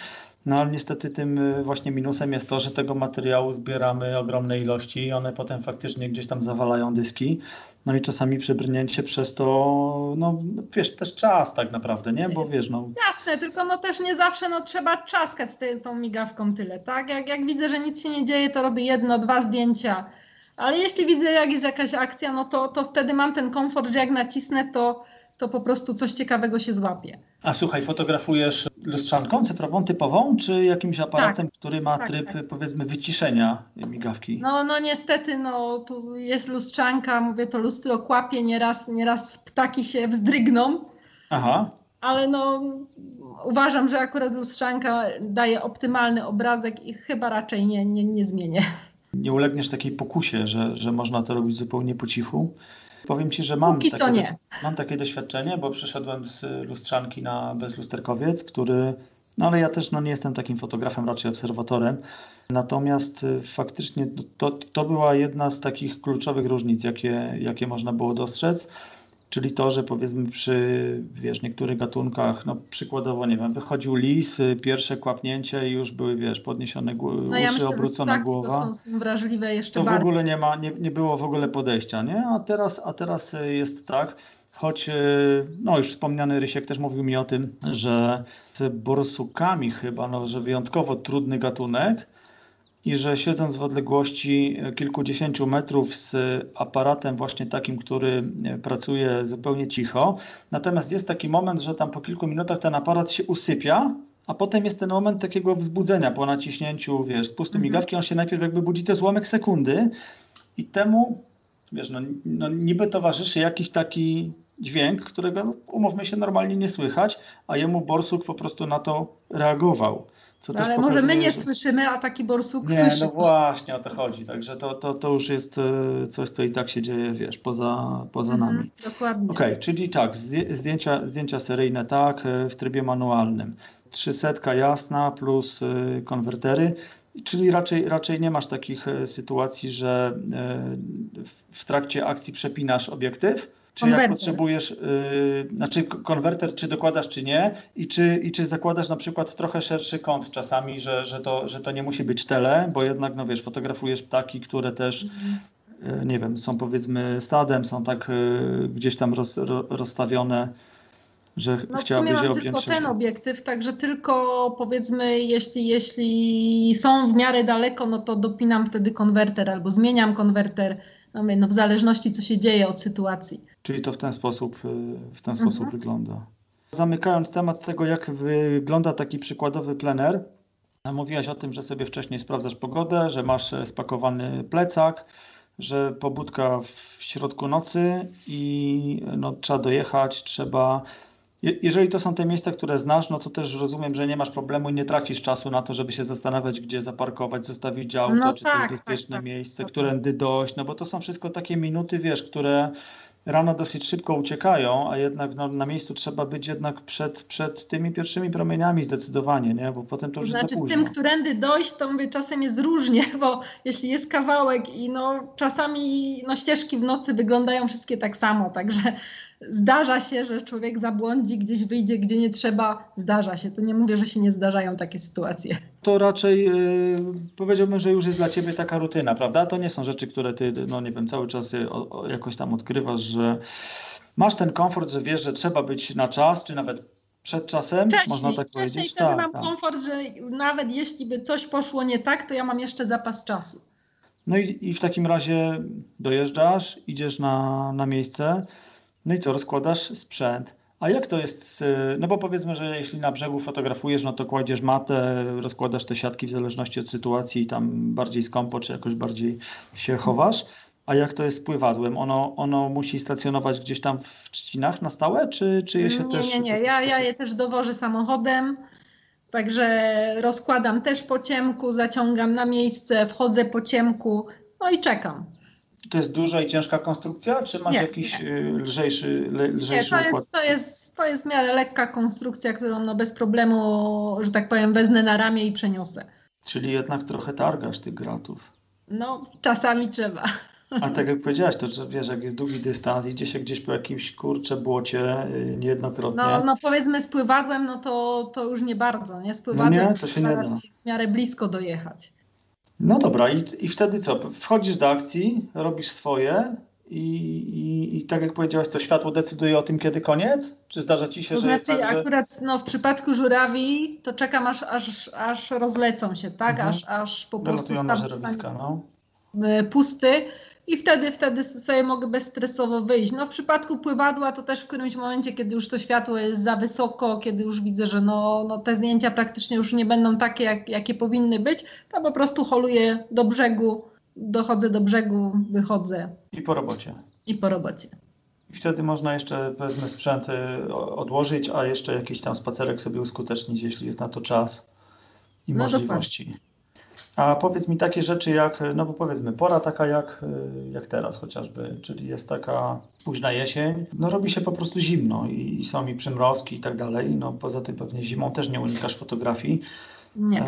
No ale niestety tym właśnie minusem jest to, że tego materiału zbieramy ogromne ilości i one potem faktycznie gdzieś tam zawalają dyski. No i czasami przebrnięcie przez to, no wiesz, też czas tak naprawdę, nie? Bo wiesz, no... Jasne, tylko no też nie zawsze trzeba czaskać z tą migawką tyle, tak? Jak widzę, że nic się nie dzieje, to robię 1, 2 zdjęcia. Ale jeśli widzę, jak jest jakaś akcja, no to wtedy mam ten komfort, że jak nacisnę, to po prostu coś ciekawego się złapie. A słuchaj, fotografujesz lustrzanką cyfrową typową, czy jakimś aparatem, który ma tryb, powiedzmy, wyciszenia migawki? No niestety, tu jest lustrzanka, mówię, to lustro kłapie, nieraz ptaki się wzdrygną. Aha. Ale uważam, że akurat lustrzanka daje optymalny obrazek i chyba raczej nie zmienię. Nie ulegniesz takiej pokusie, że można to robić zupełnie po cichu? Powiem Ci, że mam takie doświadczenie, bo przeszedłem z lustrzanki na bezlusterkowiec, który, no ale ja też nie jestem takim fotografem, raczej obserwatorem. Natomiast faktycznie to była jedna z takich kluczowych różnic, jakie można było dostrzec. Czyli to, że powiedzmy przy niektórych gatunkach, przykładowo, nie wiem, wychodził lis, pierwsze kłapnięcie i już były, podniesione uszy, ja myślę, obrócona głowa. To są wrażliwe jeszcze to bardziej. W ogóle nie było w ogóle podejścia, nie? A teraz jest tak, choć już wspomniany Rysiek też mówił mi o tym, że z borsukami chyba, że wyjątkowo trudny gatunek, i że siedząc w odległości kilkudziesięciu metrów z aparatem właśnie takim, który pracuje zupełnie cicho, natomiast jest taki moment, że tam po kilku minutach ten aparat się usypia, a potem jest ten moment takiego wzbudzenia po naciśnięciu, spustu migawki, on się najpierw jakby budzi, to jest ułamek sekundy i temu, niby towarzyszy jakiś taki dźwięk, którego, umówmy się, normalnie nie słychać, a jemu borsuk po prostu na to reagował. Ale pokazuje, może my nie słyszymy, a taki borsuk słyszy. Nie, no właśnie o to chodzi. Także to już jest coś, co i tak się dzieje, poza nami. Dokładnie. Okej, czyli tak, zdjęcia seryjne tak, w trybie manualnym. 300 jasna plus konwertery. Czyli raczej nie masz takich sytuacji, że w trakcie akcji przepinasz obiektyw? Czy konwerter. Jak potrzebujesz, konwerter, czy dokładasz, czy nie? I czy zakładasz na przykład trochę szerszy kąt czasami, że to nie musi być tele, bo jednak, fotografujesz ptaki, które też, nie wiem, są powiedzmy stadem, są tak gdzieś tam rozstawione, że chciałabyś je objąć. Tylko ten obiektyw, także tylko powiedzmy, jeśli są w miarę daleko, to dopinam wtedy konwerter albo zmieniam konwerter, w zależności co się dzieje od sytuacji. Czyli to w ten sposób wygląda. Zamykając temat tego, jak wygląda taki przykładowy plener, mówiłaś o tym, że sobie wcześniej sprawdzasz pogodę, że masz spakowany plecak, że pobudka w środku nocy i trzeba dojechać, Jeżeli to są te miejsca, które znasz, to też rozumiem, że nie masz problemu i nie tracisz czasu na to, żeby się zastanawiać, gdzie zaparkować, zostawić auto, czy to jest bezpieczne miejsce, którędy dojść, bo to są wszystko takie minuty, które rano dosyć szybko uciekają, a jednak na miejscu trzeba być jednak przed tymi pierwszymi promieniami zdecydowanie, nie? Bo potem to już jest za późno. Z tym, którędy dojść, to czasem jest różnie, bo jeśli jest kawałek i czasami ścieżki w nocy wyglądają wszystkie tak samo, także zdarza się, że człowiek zabłądzi, gdzieś wyjdzie, gdzie nie trzeba. Zdarza się. To nie mówię, że się nie zdarzają takie sytuacje. To raczej powiedziałbym, że już jest dla Ciebie taka rutyna, prawda? To nie są rzeczy, które Ty, cały czas jakoś tam odkrywasz, że masz ten komfort, że wiesz, że trzeba być na czas, czy nawet przed czasem, można tak powiedzieć. Wtedy mam komfort, że nawet jeśli by coś poszło nie tak, to ja mam jeszcze zapas czasu. No i w takim razie dojeżdżasz, idziesz na miejsce. No i co, rozkładasz sprzęt. A jak to jest, bo powiedzmy, że jeśli na brzegu fotografujesz, to kładziesz matę, rozkładasz te siatki w zależności od sytuacji i tam bardziej skąpo, czy jakoś bardziej się chowasz. A jak to jest z pływadłem? Ono musi stacjonować gdzieś tam w trzcinach na stałe, czy je się też... Nie. Ja je też dowożę samochodem, także rozkładam też po ciemku, zaciągam na miejsce, wchodzę po ciemku, i czekam. To jest duża i ciężka konstrukcja, czy masz jakiś lżejszy układ? To jest w miarę lekka konstrukcja, którą bez problemu, że tak powiem, wezmę na ramię i przeniosę. Czyli jednak trochę targasz tych gratów. Czasami trzeba. A tak jak powiedziałaś, to że wiesz, jak jest długi dystans, idzie się gdzieś po jakimś błocie niejednokrotnie. No powiedzmy z pływadłem, no to już nie bardzo, nie? Z No pływadłem nie, to się nie da. w miarę blisko dojechać. No dobra, i wtedy co? Wchodzisz do akcji, robisz swoje i tak jak powiedziałaś, to światło decyduje o tym, kiedy koniec? Czy zdarza ci się, To że jest znaczy tak, że... akurat w przypadku żurawi to czekam aż rozlecą się, tak? Aż po prostu Wylatują na staw żerowiska, no. pusty i wtedy sobie mogę bezstresowo wyjść. No w przypadku pływadła to też w którymś momencie, kiedy już to światło jest za wysoko, kiedy już widzę, że no te zdjęcia praktycznie już nie będą takie, jakie powinny być, to po prostu holuję do brzegu, dochodzę do brzegu, wychodzę. I po robocie. I po robocie. I wtedy można jeszcze, powiedzmy, sprzęt odłożyć, a jeszcze jakiś tam spacerek sobie uskutecznić, jeśli jest na to czas i możliwości. Dokładnie. A powiedz mi takie rzeczy jak, no bo powiedzmy, pora taka jak teraz chociażby, czyli jest taka późna jesień, no robi się po prostu zimno i są i przymrozki i tak dalej, no poza tym pewnie zimą też nie unikasz fotografii. Nie.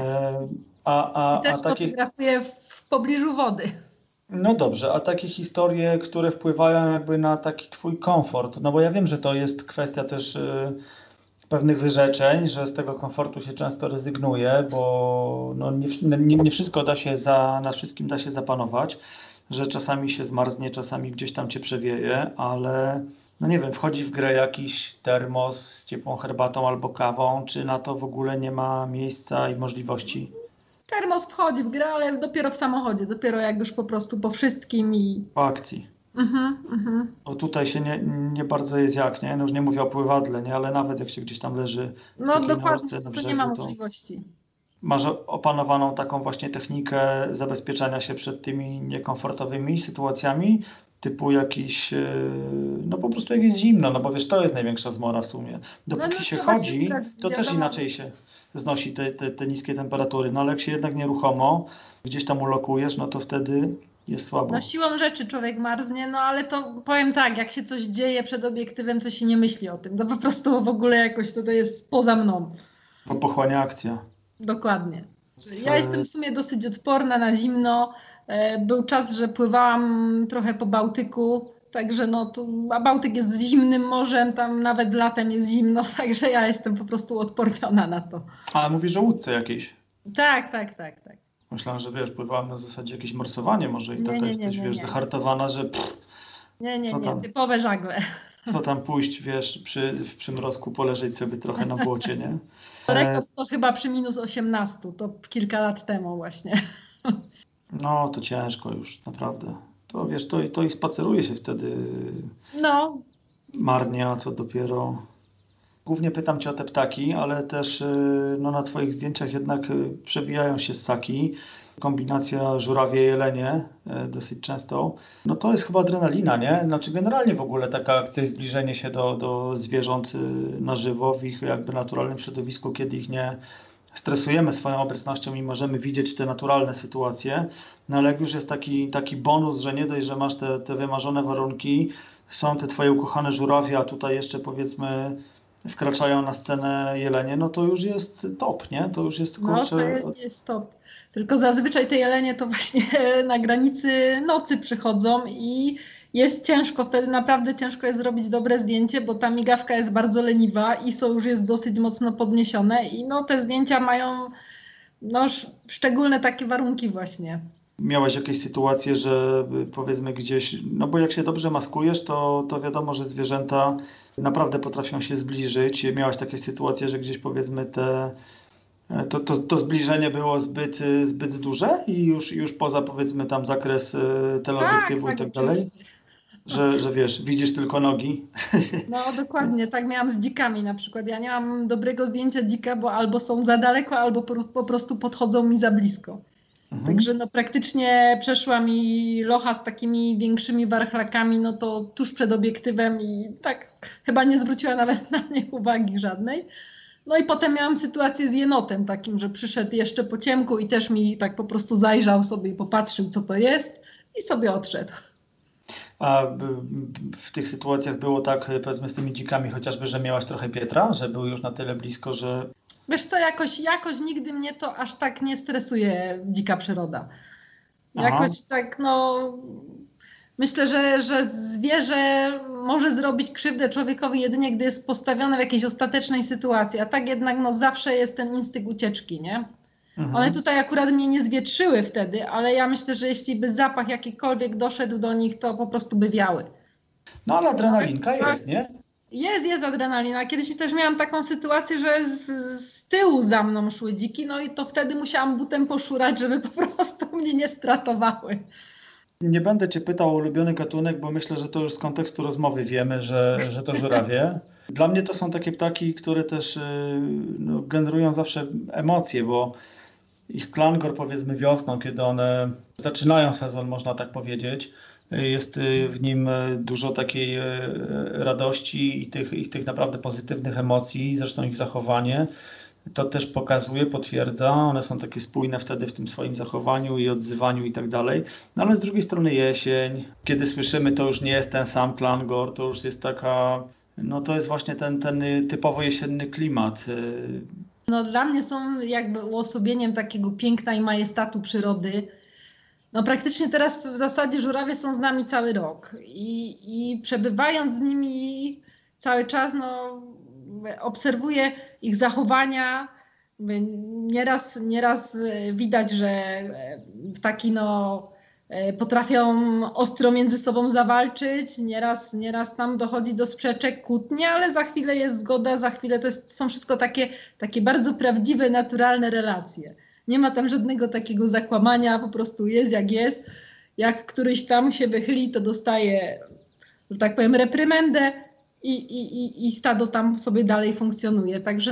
I też fotografuję w pobliżu wody. No dobrze, a takie historie, które wpływają jakby na taki twój komfort, no bo ja wiem, że to jest kwestia też pewnych wyrzeczeń, że z tego komfortu się często rezygnuje, bo no nie wszystko na wszystkim da się zapanować, że czasami się zmarznie, czasami gdzieś tam cię przewieje, ale no nie wiem, wchodzi w grę jakiś termos z ciepłą herbatą albo kawą, czy na to w ogóle nie ma miejsca i możliwości? Termos wchodzi w grę, ale dopiero w samochodzie, dopiero jak już po prostu po wszystkim i... Po akcji. Bo tutaj się nie bardzo jest jak, nie? No już nie mówię o pływadle, nie? Ale nawet jak się gdzieś tam leży w takiej dokładnie, na to brzegu, nie ma możliwości. Masz opanowaną taką właśnie technikę zabezpieczania się przed tymi niekomfortowymi sytuacjami, typu jakiś, no po prostu jak jest zimno, no bo wiesz, to jest największa zmora w sumie. Dopóki się chodzi, to też inaczej się znosi te niskie temperatury, no ale jak się jednak nieruchomo gdzieś tam ulokujesz, no to wtedy jest słabo. No siłą rzeczy człowiek marznie, no ale to powiem tak, jak się coś dzieje przed obiektywem, to się nie myśli o tym. To po prostu w ogóle jakoś to jest poza mną. Bo pochłania akcja. Dokładnie. Ja jestem w sumie dosyć odporna na zimno. Był czas, że pływałam trochę po Bałtyku, także a Bałtyk jest zimnym morzem, tam nawet latem jest zimno, także ja jestem po prostu odporniona na to. A mówisz o łódce jakiejś? Tak. Myślałam, że wiesz, pływałam na zasadzie jakieś morsowanie może i taka jesteś, wiesz, zahartowana, że Nie, typowe żagle. Co tam pójść, wiesz, w przymrozku poleżeć sobie trochę na błocie, nie? Rekord to chyba przy minus 18, to kilka lat temu właśnie. No, to ciężko już, naprawdę. To wiesz, to i spaceruje się wtedy marnie, a co dopiero... Głównie pytam cię o te ptaki, ale też no, na twoich zdjęciach jednak przewijają się ssaki. Kombinacja żurawie-jelenie dosyć często. No to jest chyba adrenalina, nie? Znaczy generalnie w ogóle taka akcja jest zbliżenie się do zwierząt na żywo w ich jakby naturalnym środowisku, kiedy ich nie stresujemy swoją obecnością i możemy widzieć te naturalne sytuacje. No ale jak już jest taki bonus, że nie dość, że masz te wymarzone warunki, są te twoje ukochane żurawie, a tutaj jeszcze powiedzmy wkraczają na scenę jelenie, no to już jest top, nie? To już jest kurczę... No to jest top. Tylko zazwyczaj te jelenie to właśnie na granicy nocy przychodzą i jest ciężko, wtedy naprawdę ciężko jest zrobić dobre zdjęcie, bo ta migawka jest bardzo leniwa, ISO już jest dosyć mocno podniesione i te zdjęcia mają szczególne takie warunki właśnie. Miałaś jakieś sytuacje, że powiedzmy gdzieś, no bo jak się dobrze maskujesz, to wiadomo, że zwierzęta naprawdę potrafią się zbliżyć. Miałaś takie sytuacje, że gdzieś powiedzmy to zbliżenie było zbyt duże i już poza powiedzmy tam zakres teleobiektywu i tak dalej, że wiesz, widzisz tylko nogi. No dokładnie, tak miałam z dzikami na przykład. Ja nie mam dobrego zdjęcia dzika, bo albo są za daleko, albo po prostu podchodzą mi za blisko. Także praktycznie przeszła mi locha z takimi większymi warchlakami, to tuż przed obiektywem i tak chyba nie zwróciła nawet na mnie uwagi żadnej. No i potem miałam sytuację z jenotem takim, że przyszedł jeszcze po ciemku i też mi tak po prostu zajrzał sobie i popatrzył, co to jest i sobie odszedł. A w tych sytuacjach było tak, powiedzmy z tymi dzikami chociażby, że miałaś trochę Pietra, że był już na tyle blisko, że... Wiesz co, jakoś nigdy mnie to aż tak nie stresuje dzika przyroda. Jakoś tak, Myślę, że zwierzę może zrobić krzywdę człowiekowi jedynie, gdy jest postawione w jakiejś ostatecznej sytuacji, a tak jednak no, zawsze jest ten instynkt ucieczki, nie? One tutaj akurat mnie nie zwietrzyły wtedy, ale ja myślę, że jeśli by zapach jakikolwiek doszedł do nich, to po prostu by wiały. No ale adrenalinka jest, nie? Jest adrenalina. Kiedyś też miałam taką sytuację, że z tyłu za mną szły dziki, no i to wtedy musiałam butem poszurać, żeby po prostu mnie nie stratowały. Nie będę Cię pytał o ulubiony gatunek, bo myślę, że to już z kontekstu rozmowy wiemy, że to żurawie. Dla mnie to są takie ptaki, które też generują zawsze emocje, bo ich klangor, powiedzmy wiosną, kiedy one zaczynają sezon, można tak powiedzieć, jest w nim dużo takiej radości i tych naprawdę pozytywnych emocji, zresztą ich zachowanie to też pokazuje, potwierdza, one są takie spójne wtedy w tym swoim zachowaniu i odzywaniu i tak dalej, no ale z drugiej strony jesień, kiedy słyszymy, to już nie jest ten sam klangor, to już jest taka, no to jest właśnie ten typowo jesienny klimat. No dla mnie są jakby uosobieniem takiego piękna i majestatu przyrody. No praktycznie teraz w zasadzie żurawie są z nami cały rok i przebywając z nimi cały czas, no obserwuję ich zachowania. Nieraz widać, że ptaki potrafią ostro między sobą zawalczyć, nieraz tam dochodzi do sprzeczek, kłótni, ale za chwilę jest zgoda, za chwilę są wszystko takie bardzo prawdziwe, naturalne relacje. Nie ma tam żadnego takiego zakłamania, po prostu jest jak jest. Jak któryś tam się wychyli, to dostaje, że tak powiem, reprymendę i stado tam sobie dalej funkcjonuje. Także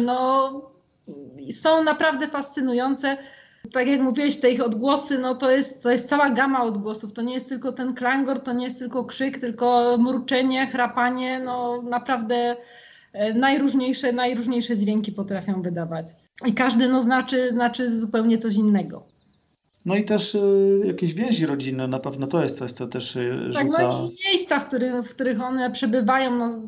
są naprawdę fascynujące. Tak jak mówiłeś, te ich odgłosy, to jest cała gama odgłosów. To nie jest tylko ten klangor, to nie jest tylko krzyk, tylko mruczenie, chrapanie. Naprawdę najróżniejsze dźwięki potrafią wydawać. I każdy znaczy zupełnie coś innego. No i też jakieś więzi rodzinne, na pewno to jest coś, co też rzuca... Tak, no i miejsca, w których one przebywają,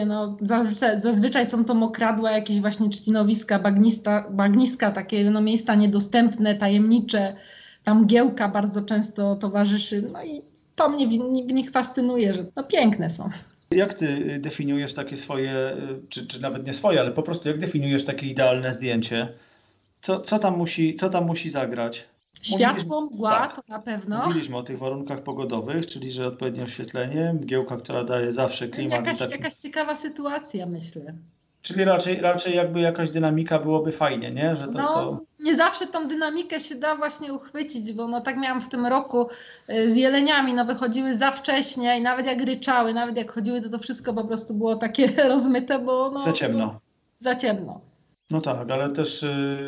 zazwyczaj są to mokradła, jakieś właśnie trzcinowiska, bagniska, takie miejsca niedostępne, tajemnicze, tam mgiełka bardzo często towarzyszy, no i to mnie w nich fascynuje, że piękne są. Jak ty definiujesz takie swoje, czy nawet nie swoje, ale po prostu jak definiujesz takie idealne zdjęcie? Co tam musi zagrać? Światło, mgła, to na pewno. Mówiliśmy o tych warunkach pogodowych, czyli że odpowiednie oświetlenie, mgiełka, która daje zawsze klimat. Jakaś ciekawa sytuacja, myślę. Czyli raczej jakby jakaś dynamika byłoby fajnie, nie? Że nie zawsze tą dynamikę się da właśnie uchwycić, bo tak miałam w tym roku z jeleniami, wychodziły za wcześnie i nawet jak ryczały, nawet jak chodziły, to wszystko po prostu było takie rozmyte, bo za ciemno. Za ciemno. No tak, ale też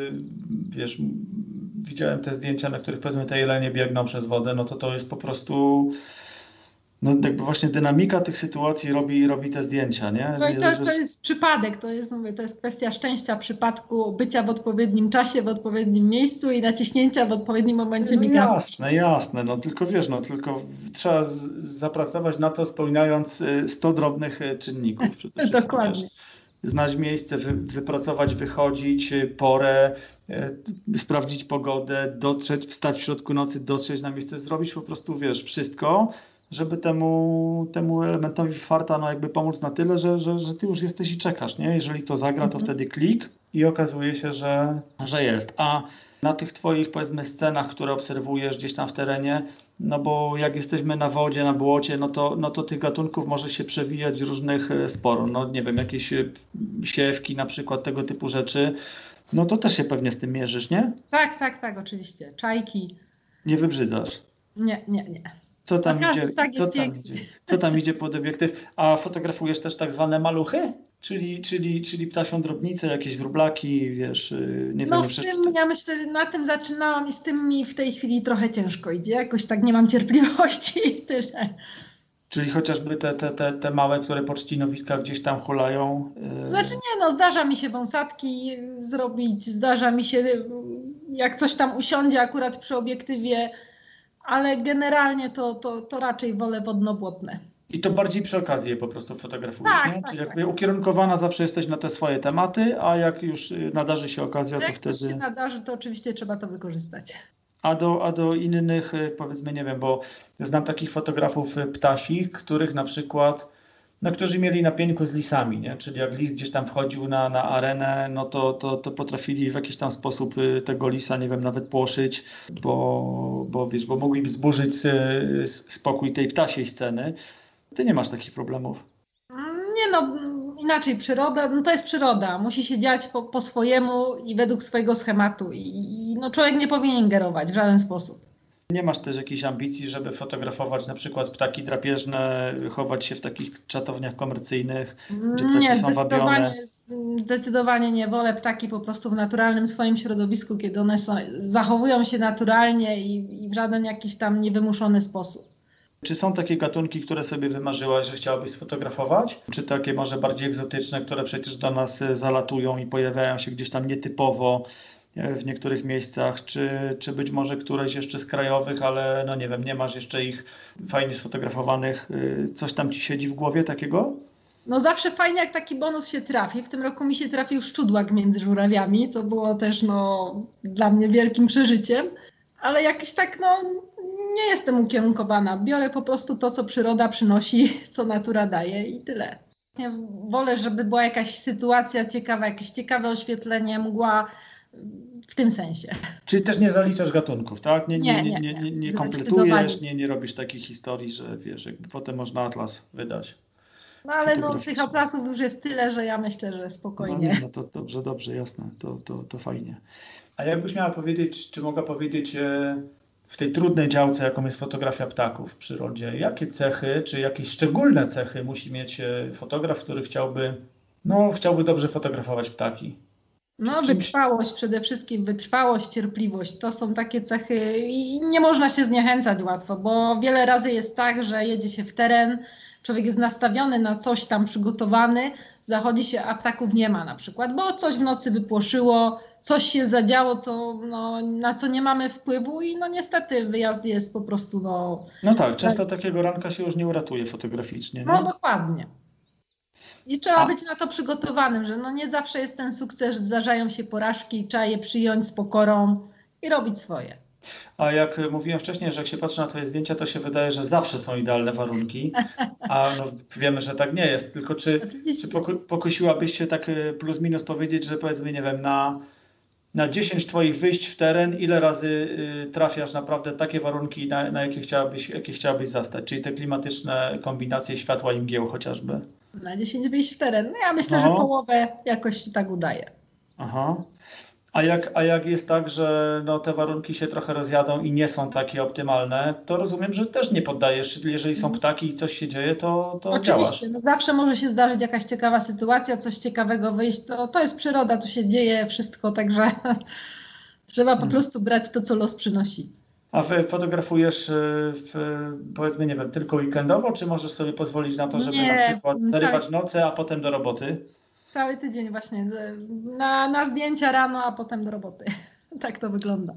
wiesz, widziałem te zdjęcia, na których powiedzmy te jelenie biegną przez wodę, to jest po prostu jakby właśnie dynamika tych sytuacji robi te zdjęcia, nie? No i to jest przypadek, to jest kwestia szczęścia, przypadku, bycia w odpowiednim czasie, w odpowiednim miejscu i naciśnięcia w odpowiednim momencie mikrofonu. Jasne, tylko wiesz, tylko trzeba zapracować na to, spełniając 100 drobnych czynników. Dokładnie. Wiesz, znać miejsce, wypracować, wychodzić, porę, sprawdzić pogodę, dotrzeć, wstać w środku nocy, dotrzeć na miejsce, zrobić po prostu, wiesz, wszystko, żeby temu elementowi farta jakby pomóc na tyle, że ty już jesteś i czekasz, nie? Jeżeli to zagra, to wtedy klik i okazuje się, że jest. A na tych twoich, powiedzmy, scenach, które obserwujesz gdzieś tam w terenie, bo jak jesteśmy na wodzie, na błocie, to tych gatunków może się przewijać różnych sporo. Nie wiem, jakieś siewki na przykład, tego typu rzeczy, to też się pewnie z tym mierzysz, nie? Tak, oczywiście. Czajki. Nie wybrzydzasz? Nie. Co tam idzie pod obiektyw? A fotografujesz też tak zwane maluchy? Czyli ptasią drobnicę, jakieś wróblaki, wiesz, nie wiem. Ja myślę, że na tym zaczynałam i z tym mi w tej chwili trochę ciężko idzie. Jakoś tak nie mam cierpliwości i tyle. Czyli chociażby te małe, które po trzcinowiskach gdzieś tam hulają? Znaczy nie, zdarza mi się wąsatki zrobić, zdarza mi się, jak coś tam usiądzie akurat przy obiektywie, ale generalnie to raczej wolę wodno-błotne. I to bardziej przy okazji je po prostu fotografujesz, nie? Tak, Czyli jakby ukierunkowana zawsze jesteś na te swoje tematy, a jak już nadarzy się okazja, to wtedy... Jak się nadarzy, to oczywiście trzeba to wykorzystać. A do innych, powiedzmy, nie wiem, bo znam takich fotografów ptasich, których na przykład, którzy mieli na pieńku z lisami, nie? Czyli jak lis gdzieś tam wchodził na arenę, no to potrafili w jakiś tam sposób tego lisa, nie wiem, nawet płoszyć, bo mogli wzburzyć spokój tej ptasiej sceny. Ty nie masz takich problemów. Nie no, inaczej przyroda, no to jest przyroda, musi się dziać po swojemu i według swojego schematu i no człowiek nie powinien ingerować w żaden sposób. Nie masz też jakiejś ambicji, żeby fotografować na przykład ptaki drapieżne, chować się w takich czatowniach komercyjnych, gdzie ptaki nie, są wabione? Zdecydowanie nie. Wolę ptaki po prostu w naturalnym swoim środowisku, kiedy one zachowują się naturalnie i w żaden jakiś tam niewymuszony sposób. Czy są takie gatunki, które sobie wymarzyłaś, że chciałabyś sfotografować? Czy takie może bardziej egzotyczne, które przecież do nas zalatują i pojawiają się gdzieś tam nietypowo w niektórych miejscach? Czy być może któreś jeszcze z krajowych, ale no nie wiem, nie masz jeszcze ich fajnie sfotografowanych? Coś tam ci siedzi w głowie takiego? No zawsze fajnie, jak taki bonus się trafi. W tym roku mi się trafił szczudłak między żurawiami, co było też dla mnie wielkim przeżyciem. Ale jakiś tak, nie jestem ukierunkowana. Biorę po prostu to, co przyroda przynosi, co natura daje i tyle. Ja wolę, żeby była jakaś sytuacja ciekawa, jakieś ciekawe oświetlenie, mgła, w tym sensie. Czyli też nie zaliczasz gatunków, tak? Nie kompletujesz, nie robisz takich historii, że wiesz, potem można atlas wydać. No ale tych atlasów już jest tyle, że ja myślę, że spokojnie. No to dobrze, jasne, to fajnie. A jakbyś miała powiedzieć, czy mogła powiedzieć w tej trudnej działce, jaką jest fotografia ptaków w przyrodzie, jakie cechy, czy jakieś szczególne cechy musi mieć fotograf, który chciałby dobrze fotografować ptaki? Wytrwałość przede wszystkim, wytrwałość, cierpliwość, to są takie cechy i nie można się zniechęcać łatwo, bo wiele razy jest tak, że jedzie się w teren, człowiek jest nastawiony na coś tam przygotowany, zachodzi się, a ptaków nie ma na przykład, bo coś w nocy wypłoszyło, coś się zadziało, na co nie mamy wpływu i niestety wyjazd jest po prostu No tak, często takiego ranka się już nie uratuje fotograficznie. No dokładnie. I trzeba być na to przygotowanym, że nie zawsze jest ten sukces, zdarzają się porażki, trzeba je przyjąć z pokorą i robić swoje. A jak mówiłem wcześniej, że jak się patrzy na twoje zdjęcia, to się wydaje, że zawsze są idealne warunki, a wiemy, że tak nie jest. Tylko czy pokusiłabyś się tak plus minus powiedzieć, że powiedzmy, nie wiem, na 10 twoich wyjść w teren, ile razy trafiasz naprawdę takie warunki, na jakie chciałabyś zastać? Czyli te klimatyczne kombinacje światła i mgieł chociażby? Na 10 wyjść w teren. Ja myślę, że połowę jakoś się tak udaje. Aha. A jak jest tak, że te warunki się trochę rozjadą i nie są takie optymalne, to rozumiem, że też nie poddajesz. Czyli jeżeli są ptaki i coś się dzieje, to działasz. Oczywiście, zawsze może się zdarzyć jakaś ciekawa sytuacja, coś ciekawego wyjść. To jest przyroda, tu się dzieje wszystko, także trzeba po prostu brać to, co los przynosi. A fotografujesz powiedzmy, nie wiem, tylko weekendowo, czy możesz sobie pozwolić na to, żeby na przykład zarywać noce, a potem do roboty? Cały tydzień właśnie, na zdjęcia rano, a potem do roboty. Tak to wygląda.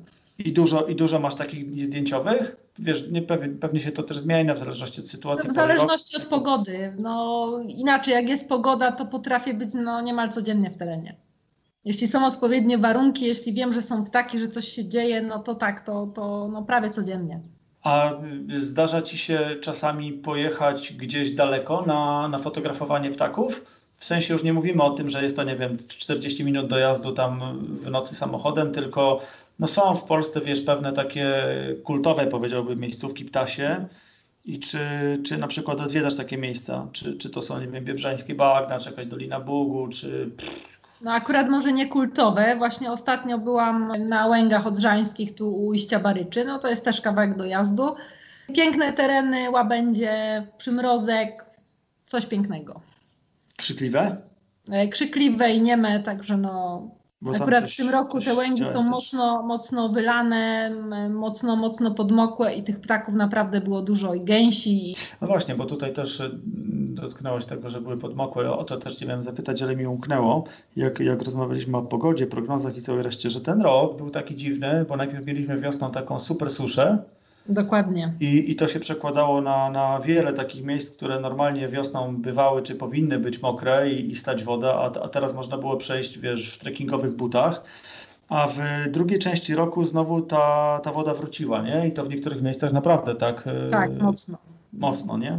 I dużo masz takich dni zdjęciowych? Wiesz, pewnie się to też zmienia w zależności od sytuacji. W zależności od pogody. Inaczej, jak jest pogoda, to potrafię być niemal codziennie w terenie. Jeśli są odpowiednie warunki, jeśli wiem, że są ptaki, że coś się dzieje, to tak, to prawie codziennie. A zdarza ci się czasami pojechać gdzieś daleko na fotografowanie ptaków? W sensie już nie mówimy o tym, że jest to, nie wiem, 40 minut dojazdu tam w nocy samochodem, tylko są w Polsce, wiesz, pewne takie kultowe, powiedziałbym, miejscówki ptasie. I czy na przykład odwiedzasz takie miejsca? Czy to są, nie wiem, Biebrzańskie Bagna, czy jakaś Dolina Bugu, czy... Akurat może nie kultowe. Właśnie ostatnio byłam na Łęgach Odrzańskich, tu u ujścia Baryczy. To jest też kawałek dojazdu. Piękne tereny, łabędzie, przymrozek, coś pięknego. Krzykliwe? Krzykliwe i nieme, także akurat w tym roku te Łęgi są mocno wylane, mocno podmokłe i tych ptaków naprawdę było dużo i gęsi. No właśnie, bo tutaj też dotknąłeś tego, że były podmokłe. O to też cię miałem zapytać, ale mi umknęło, jak rozmawialiśmy o pogodzie, prognozach i całej reszcie, że ten rok był taki dziwny, bo najpierw mieliśmy wiosną taką super suszę. Dokładnie. I to się przekładało na wiele takich miejsc, które normalnie wiosną bywały, czy powinny być mokre i stać woda, a teraz można było przejść, wiesz, w trekkingowych butach. a w drugiej części roku znowu ta woda wróciła, nie? I to w niektórych miejscach naprawdę tak mocno. Mocno, nie?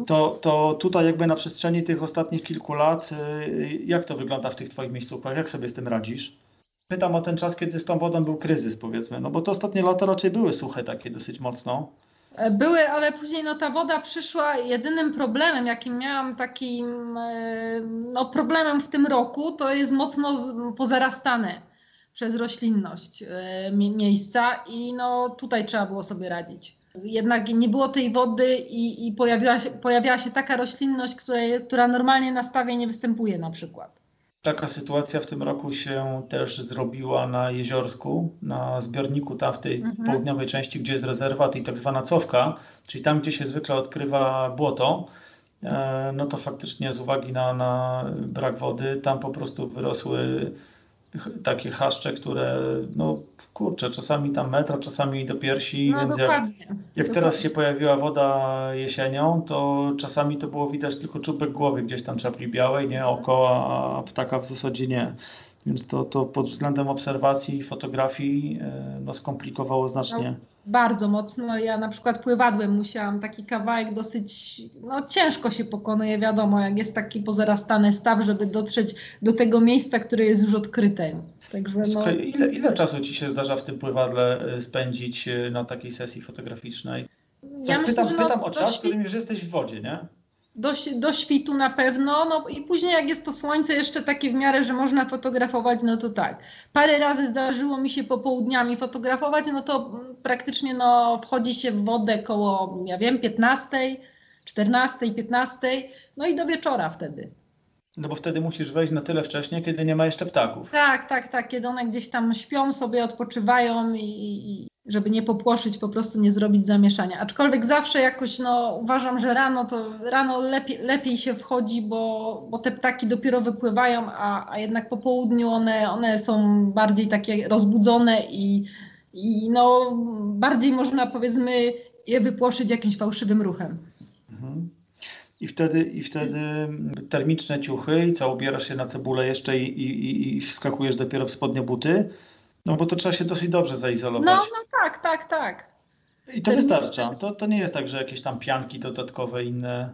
To tutaj jakby na przestrzeni tych ostatnich kilku lat, jak to wygląda w tych Twoich miejscówkach? Jak sobie z tym radzisz? Pytam o ten czas, kiedy z tą wodą był kryzys, powiedzmy, no bo te ostatnie lata raczej były suche takie dosyć mocno. Były, ale później ta woda przyszła. Jedynym problemem, jakim miałam, takim problemem w tym roku, to jest mocno pozarastane przez roślinność miejsca i tutaj trzeba było sobie radzić. Jednak nie było tej wody i pojawiała się taka roślinność, która normalnie na stawie nie występuje na przykład. Taka sytuacja w tym roku się też zrobiła na Jeziorsku, na zbiorniku tam w tej południowej części, gdzie jest rezerwat i tak zwana cofka, czyli tam, gdzie się zwykle odkrywa błoto, no to faktycznie z uwagi na brak wody tam po prostu wyrosły takie chaszcze, które czasami tam metra, czasami do piersi, więc jak teraz się pojawiła woda jesienią, to czasami to było widać tylko czubek głowy gdzieś tam czapli białej, nie oko, a ptaka w zasadzie nie. Więc to pod względem obserwacji i fotografii skomplikowało znacznie. Bardzo mocno. Ja na przykład pływadłem musiałam taki kawałek dosyć, ciężko się pokonuje, wiadomo, jak jest taki pozarastany staw, żeby dotrzeć do tego miejsca, które jest już odkryte. Także Słuchaj, ile czasu Ci się zdarza w tym pływadle spędzić na takiej sesji fotograficznej? Pytam o czas, w którym już jesteś w wodzie, nie? Do świtu na pewno, i później jak jest to słońce jeszcze takie w miarę, że można fotografować, to tak. Parę razy zdarzyło mi się popołudniami fotografować, to praktycznie wchodzi się w wodę koło, 15, 14, 15, i do wieczora wtedy. No bo wtedy musisz wejść na tyle wcześnie, kiedy nie ma jeszcze ptaków. Tak, kiedy one gdzieś tam śpią sobie, odpoczywają i żeby nie popłoszyć, po prostu nie zrobić zamieszania. Aczkolwiek zawsze jakoś uważam, że rano lepiej się wchodzi, bo te ptaki dopiero wypływają, a jednak po południu one są bardziej takie rozbudzone i bardziej można, powiedzmy, je wypłoszyć jakimś fałszywym ruchem. I wtedy termiczne ciuchy i co, ubierasz się na cebulę jeszcze i wskakujesz dopiero w spodnie buty? No bo to trzeba się dosyć dobrze zaizolować. Tak. I to wystarcza. To nie jest tak, że jakieś tam pianki dodatkowe inne.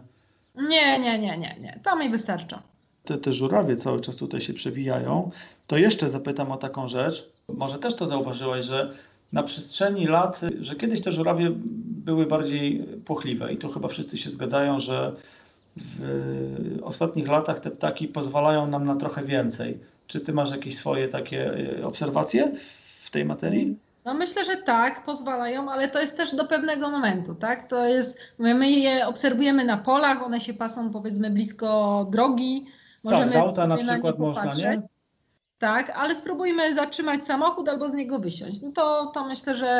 Nie. To mi wystarcza. Te żurawie cały czas tutaj się przewijają. To jeszcze zapytam o taką rzecz. Może też to zauważyłaś, że na przestrzeni lat, że kiedyś te żurawie były bardziej płochliwe i tu chyba wszyscy się zgadzają, że w ostatnich latach te ptaki pozwalają nam na trochę więcej. Czy ty masz jakieś swoje takie obserwacje w tej materii? Myślę, że tak, pozwalają, ale to jest też do pewnego momentu, tak? To jest, my je obserwujemy na polach, one się pasą, powiedzmy, blisko drogi. Możemy z auta na przykład można, nie? Tak, ale spróbujmy zatrzymać samochód albo z niego wysiąść. To myślę, że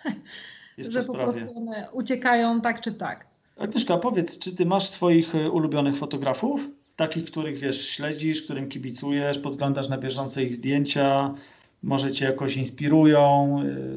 po prostu one uciekają tak czy tak. Agnieszka, powiedz, czy ty masz swoich ulubionych fotografów? Takich, których śledzisz, którym kibicujesz, podglądasz na bieżąco ich zdjęcia, może cię jakoś inspirują.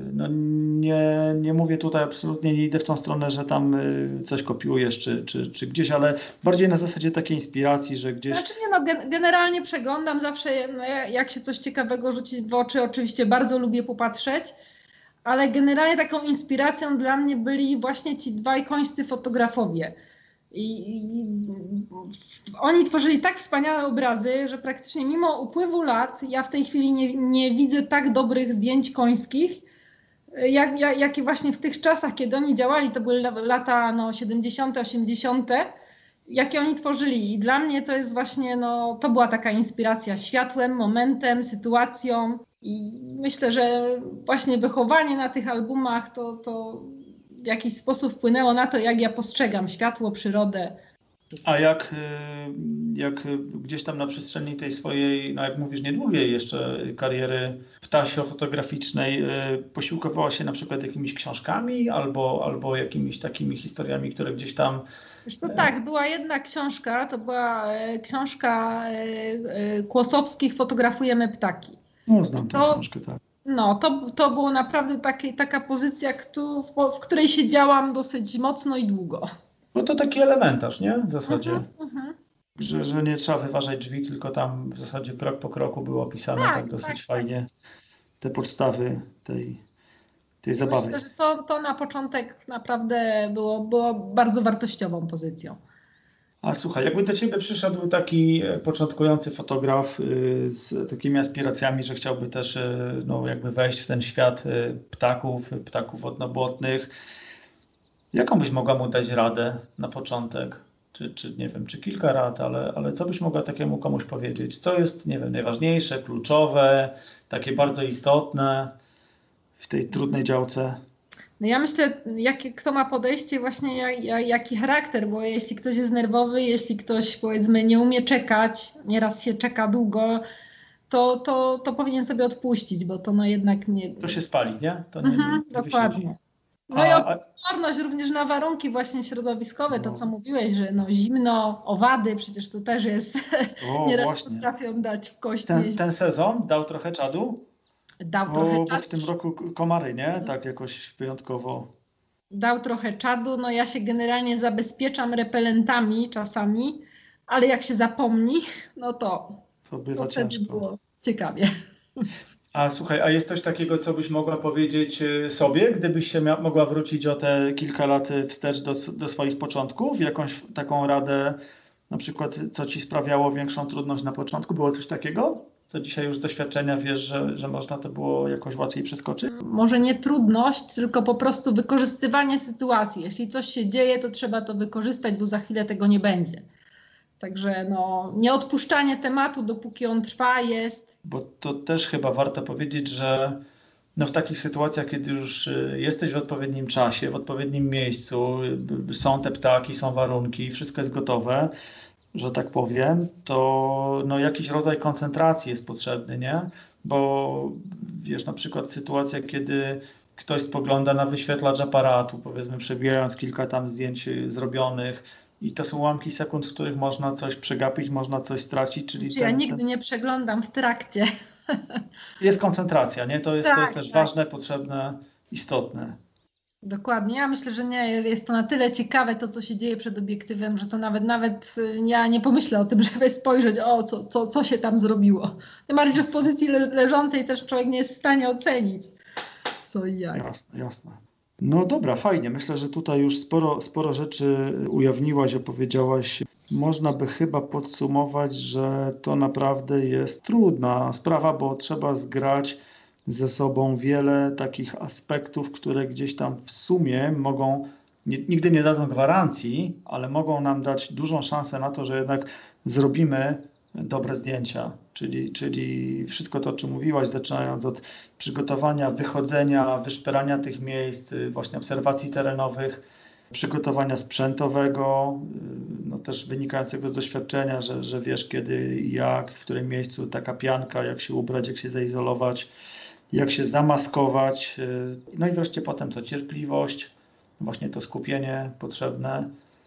Nie mówię tutaj absolutnie, nie idę w tą stronę, że tam coś kopiujesz czy gdzieś, ale bardziej na zasadzie takiej inspiracji, że gdzieś... Generalnie przeglądam zawsze, jak się coś ciekawego rzuci w oczy, oczywiście bardzo lubię popatrzeć, ale generalnie taką inspiracją dla mnie byli właśnie ci dwaj końscy fotografowie. I oni tworzyli tak wspaniałe obrazy, że praktycznie mimo upływu lat ja w tej chwili nie widzę tak dobrych zdjęć końskich, jakie właśnie w tych czasach, kiedy oni działali, to były lata 70., 80., jakie oni tworzyli. I dla mnie to jest właśnie, to była taka inspiracja światłem, momentem, sytuacją. I myślę, że właśnie wychowanie na tych albumach to w jakiś sposób wpłynęło na to, jak ja postrzegam światło, przyrodę. A jak gdzieś tam na przestrzeni tej swojej, jak mówisz, niedługiej jeszcze kariery ptasio-fotograficznej posiłkowała się na przykład jakimiś książkami albo jakimiś takimi historiami, które gdzieś tam... Wiesz co, tak, była jedna książka, to była książka Kłosowskich Fotografujemy ptaki. Znam tę książkę, tak. To było naprawdę taka pozycja, w której siedziałam dosyć mocno i długo. No to taki elementarz, nie? W zasadzie. Że nie trzeba wyważać drzwi, tylko tam w zasadzie krok po kroku było opisane tak dosyć fajnie. te podstawy tej zabawy. Myślę, że to na początek naprawdę było bardzo wartościową pozycją. A słuchaj, jakby do Ciebie przyszedł taki początkujący fotograf z takimi aspiracjami, że chciałby też jakby wejść w ten świat ptaków wodnobłotnych, jaką byś mogła mu dać radę na początek? Czy nie wiem, czy kilka rad, ale co byś mogła takiemu komuś powiedzieć? Co jest, nie wiem, najważniejsze, kluczowe, takie bardzo istotne w tej trudnej działce? No ja myślę, kto ma podejście, właśnie jaki charakter, bo jeśli ktoś jest nerwowy, jeśli ktoś, powiedzmy, nie umie czekać, nieraz się czeka długo, to powinien sobie odpuścić, bo to jednak nie... To się spali, nie? To nie dokładnie. No i odporność również na warunki właśnie środowiskowe, to co mówiłeś, że zimno, owady, przecież to też jest, nieraz właśnie potrafią dać w kość. Ten sezon dał trochę czadu? Dał trochę czadu. Bo w tym roku komary, nie? Tak jakoś wyjątkowo. Dał trochę czadu, no ja się generalnie zabezpieczam repelentami czasami, ale jak się zapomni, no to bywa ciężko. Było ciekawie. A słuchaj, a jest coś takiego, co byś mogła powiedzieć sobie, gdybyś się mogła wrócić o te kilka lat wstecz do swoich początków? Jakąś taką radę, na przykład, co Ci sprawiało większą trudność na początku? Było coś takiego? Co dzisiaj już z doświadczenia wiesz, że można to było jakoś łatwiej przeskoczyć? Może nie trudność, tylko po prostu wykorzystywanie sytuacji. Jeśli coś się dzieje, to trzeba to wykorzystać, bo za chwilę tego nie będzie. Także nie odpuszczanie tematu, dopóki on trwa, jest. Bo to też chyba warto powiedzieć, że w takich sytuacjach, kiedy już jesteś w odpowiednim czasie, w odpowiednim miejscu, są te ptaki, są warunki, wszystko jest gotowe, że tak powiem, to jakiś rodzaj koncentracji jest potrzebny, nie? Bo wiesz, na przykład sytuacja, kiedy ktoś spogląda na wyświetlacz aparatu, powiedzmy przebijając kilka tam zdjęć zrobionych i to są ułamki sekund, w których można coś przegapić, można coś stracić, czyli ja nigdy nie przeglądam w trakcie. Jest koncentracja, nie? To jest też ważne, potrzebne, istotne. Dokładnie. Ja myślę, że jest to na tyle ciekawe to, co się dzieje przed obiektywem, że to nawet ja nie pomyślę o tym, żeby spojrzeć, co się tam zrobiło. Tym bardziej, że w pozycji leżącej też człowiek nie jest w stanie ocenić, co i jak. Jasne. No dobra, fajnie. Myślę, że tutaj już sporo rzeczy ujawniłaś, opowiedziałaś. Można by chyba podsumować, że to naprawdę jest trudna sprawa, bo trzeba zgrać ze sobą wiele takich aspektów, które gdzieś tam w sumie mogą, nigdy nie dadzą gwarancji, ale mogą nam dać dużą szansę na to, że jednak zrobimy dobre zdjęcia, czyli wszystko to, o czym mówiłaś, zaczynając od przygotowania, wychodzenia, wyszperania tych miejsc, właśnie obserwacji terenowych, przygotowania sprzętowego, też wynikającego z doświadczenia, że wiesz kiedy i jak, w którym miejscu taka pianka, jak się ubrać, jak się zaizolować, jak się zamaskować, no i wreszcie potem co cierpliwość, właśnie to skupienie potrzebne,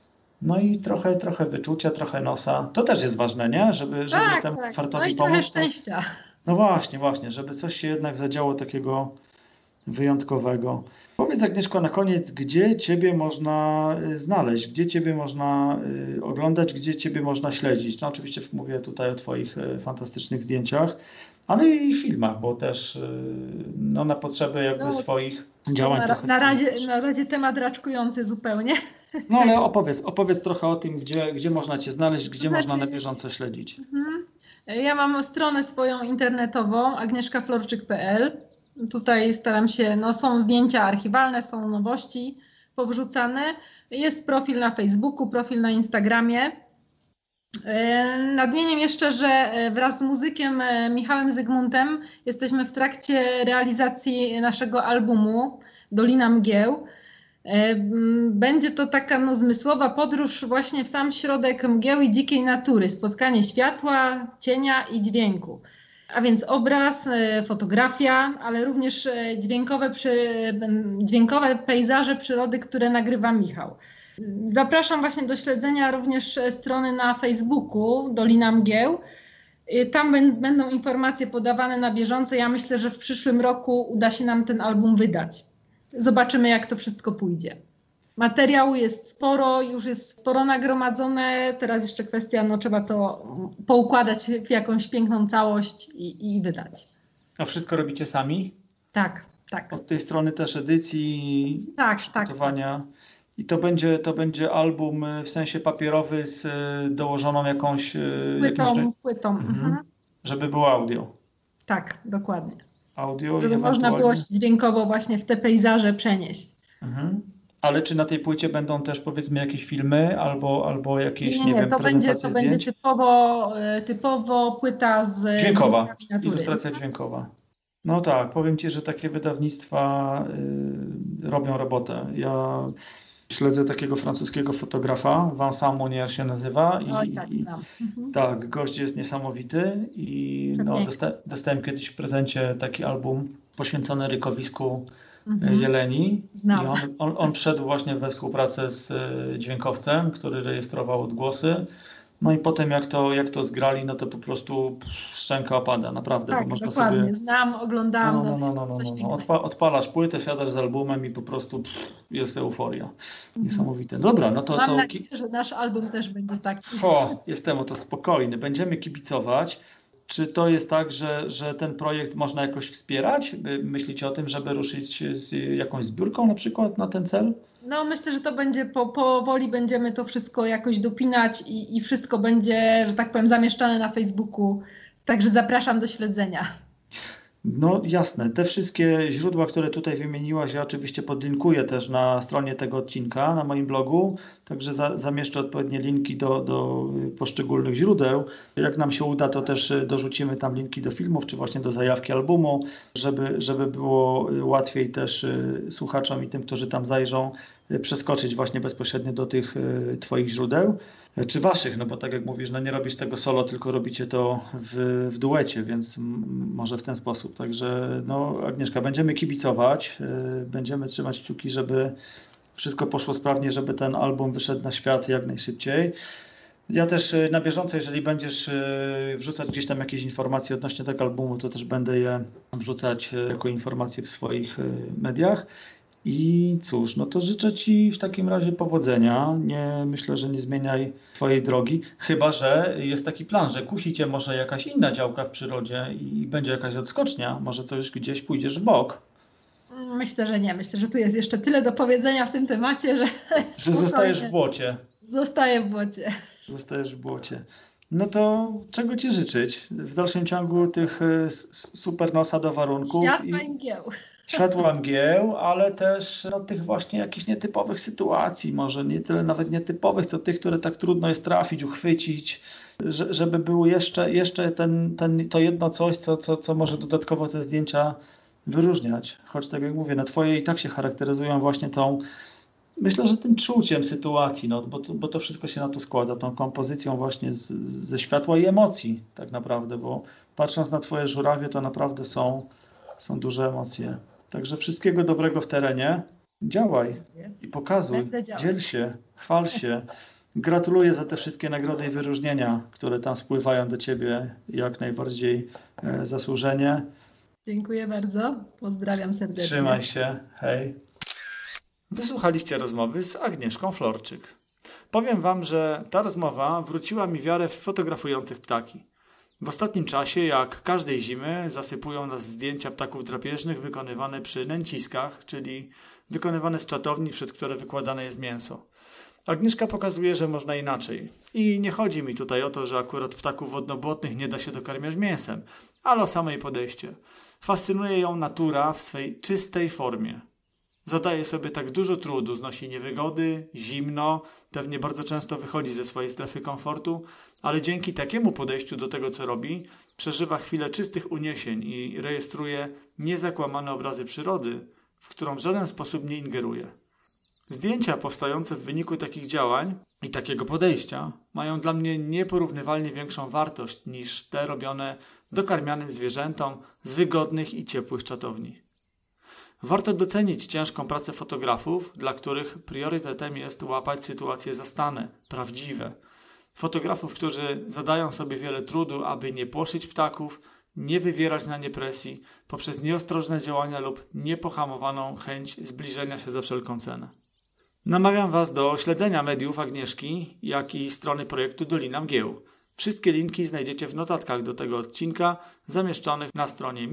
no i trochę wyczucia, trochę nosa. To też jest ważne, nie? Żeby temu fartowi pomóc. Trochę szczęścia. No właśnie, żeby coś się jednak zadziało takiego wyjątkowego. Powiedz Agnieszko na koniec, gdzie Ciebie można znaleźć, gdzie Ciebie można oglądać, gdzie Ciebie można śledzić. No oczywiście mówię tutaj o Twoich fantastycznych zdjęciach, ale i filmach, bo też na potrzeby jakby swoich działań. Na razie temat raczkujący zupełnie. No ale opowiedz trochę o tym, gdzie można Cię znaleźć, gdzie można na bieżąco śledzić. Ja mam stronę swoją internetową agnieszkaflorczyk.pl. Tutaj staram się, są zdjęcia archiwalne, są nowości powrzucane. Jest profil na Facebooku, profil na Instagramie. Nadmienię jeszcze, że wraz z muzykiem Michałem Zygmuntem jesteśmy w trakcie realizacji naszego albumu Dolina Mgieł. Będzie to taka zmysłowa podróż właśnie w sam środek mgieł i dzikiej natury. Spotkanie światła, cienia i dźwięku. A więc obraz, fotografia, ale również dźwiękowe pejzaże przyrody, które nagrywa Michał. Zapraszam właśnie do śledzenia również strony na Facebooku Dolina Mgieł. Tam będą informacje podawane na bieżąco. Ja myślę, że w przyszłym roku uda się nam ten album wydać. Zobaczymy, jak to wszystko pójdzie. Materiału jest sporo, już jest sporo nagromadzone. Teraz jeszcze kwestia, trzeba to poukładać w jakąś piękną całość i wydać. A wszystko robicie sami? Tak, tak. Od tej strony też edycji, Tak, przygotowania. I to będzie album w sensie papierowy z dołożoną jakąś... Płytą. Mhm. Żeby było audio. Tak, dokładnie. Audio żeby i można było się dźwiękowo właśnie w te pejzaże przenieść. Mhm. Ale czy na tej płycie będą też powiedzmy jakieś filmy albo jakieś, Nie, wiem, to będzie typowo płyta z dźwiękowa, ilustracja dźwiękowa. No tak, powiem Ci, że takie wydawnictwa robią robotę. Ja śledzę takiego francuskiego fotografa, Vincent Monnier się nazywa. Znam. Tak, gość jest niesamowity i dostałem kiedyś w prezencie taki album poświęcony rykowisku jeleni. Znam. I on wszedł właśnie we współpracę z dźwiękowcem, który rejestrował odgłosy. No i potem jak to zgrali, no to po prostu szczęka opada, naprawdę. Tak, bo można dokładnie. sobie... Znam, oglądam. Odpalasz płytę, wsiadasz z albumem i po prostu jest euforia. Niesamowite. Dobra, no to... Mam nadzieję, że nasz album też będzie taki. Jestem o to spokojny. Będziemy kibicować. Czy to jest tak, że ten projekt można jakoś wspierać? Myślicie o tym, żeby ruszyć z jakąś zbiórką na przykład na ten cel? No myślę, że to będzie powoli będziemy to wszystko jakoś dopinać i wszystko będzie, że tak powiem, zamieszczane na Facebooku. Także zapraszam do śledzenia. No jasne, te wszystkie źródła, które tutaj wymieniłaś, ja oczywiście podlinkuję też na stronie tego odcinka, na moim blogu, także zamieszczę odpowiednie linki do poszczególnych źródeł. Jak nam się uda, to też dorzucimy tam linki do filmów, czy właśnie do zajawki albumu, żeby było łatwiej też słuchaczom i tym, którzy tam zajrzą, przeskoczyć właśnie bezpośrednio do tych Twoich źródeł. Czy waszych, no bo tak jak mówisz, no nie robisz tego solo, tylko robicie to w duecie, więc może w ten sposób. Także no Agnieszka, będziemy kibicować, będziemy trzymać kciuki, żeby wszystko poszło sprawnie, żeby ten album wyszedł na świat jak najszybciej. Ja też na bieżąco, jeżeli będziesz wrzucać gdzieś tam jakieś informacje odnośnie tego albumu, to też będę je wrzucać jako informacje w swoich mediach. I cóż, no to życzę Ci w takim razie powodzenia. Myślę, że nie zmieniaj Twojej drogi, chyba że jest taki plan, że kusi Cię może jakaś inna działka w przyrodzie i będzie jakaś odskocznia, może coś gdzieś pójdziesz w bok. Myślę, że nie. Myślę, że tu jest jeszcze tyle do powiedzenia w tym temacie, że zostajesz w błocie. Zostaję w błocie. Zostajesz w błocie. No to czego Ci życzyć w dalszym ciągu tych super nosa do warunków. Światła mgieł, ale też tych właśnie jakichś nietypowych sytuacji, może nie tyle nawet nietypowych, co tych, które tak trudno jest trafić, uchwycić, żeby było jeszcze to jedno coś, co może dodatkowo te zdjęcia wyróżniać. Choć tak jak mówię, Twoje i tak się charakteryzują właśnie myślę, że tym czuciem sytuacji, bo to wszystko się na to składa, tą kompozycją właśnie ze światła i emocji tak naprawdę, bo patrząc na Twoje żurawie, to naprawdę są duże emocje. Także wszystkiego dobrego w terenie. Działaj i pokazuj, dziel się, chwal się. Gratuluję za te wszystkie nagrody i wyróżnienia, które tam spływają do Ciebie jak najbardziej zasłużenie. Dziękuję bardzo. Pozdrawiam serdecznie. Trzymaj się. Hej. Wysłuchaliście rozmowy z Agnieszką Florczyk. Powiem Wam, że ta rozmowa wróciła mi wiarę w fotografujących ptaki. W ostatnim czasie, jak każdej zimy, zasypują nas zdjęcia ptaków drapieżnych wykonywane przy nęciskach, czyli wykonywane z czatowni, przed które wykładane jest mięso. Agnieszka pokazuje, że można inaczej. I nie chodzi mi tutaj o to, że akurat ptaków wodnobłotnych nie da się dokarmiać mięsem, ale o samej podejście. Fascynuje ją natura w swej czystej formie. Zadaje sobie tak dużo trudu, znosi niewygody, zimno, pewnie bardzo często wychodzi ze swojej strefy komfortu, ale dzięki takiemu podejściu do tego, co robi, przeżywa chwilę czystych uniesień i rejestruje niezakłamane obrazy przyrody, w którą w żaden sposób nie ingeruje. Zdjęcia powstające w wyniku takich działań i takiego podejścia mają dla mnie nieporównywalnie większą wartość niż te robione dokarmianym zwierzętom z wygodnych i ciepłych czatowni. Warto docenić ciężką pracę fotografów, dla których priorytetem jest łapać sytuacje zastane, prawdziwe. Fotografów, którzy zadają sobie wiele trudu, aby nie płoszyć ptaków, nie wywierać na nie presji poprzez nieostrożne działania lub niepohamowaną chęć zbliżenia się za wszelką cenę. Namawiam Was do śledzenia mediów Agnieszki, jak i strony projektu Dolina Mgieł. Wszystkie linki znajdziecie w notatkach do tego odcinka zamieszczonych na stronie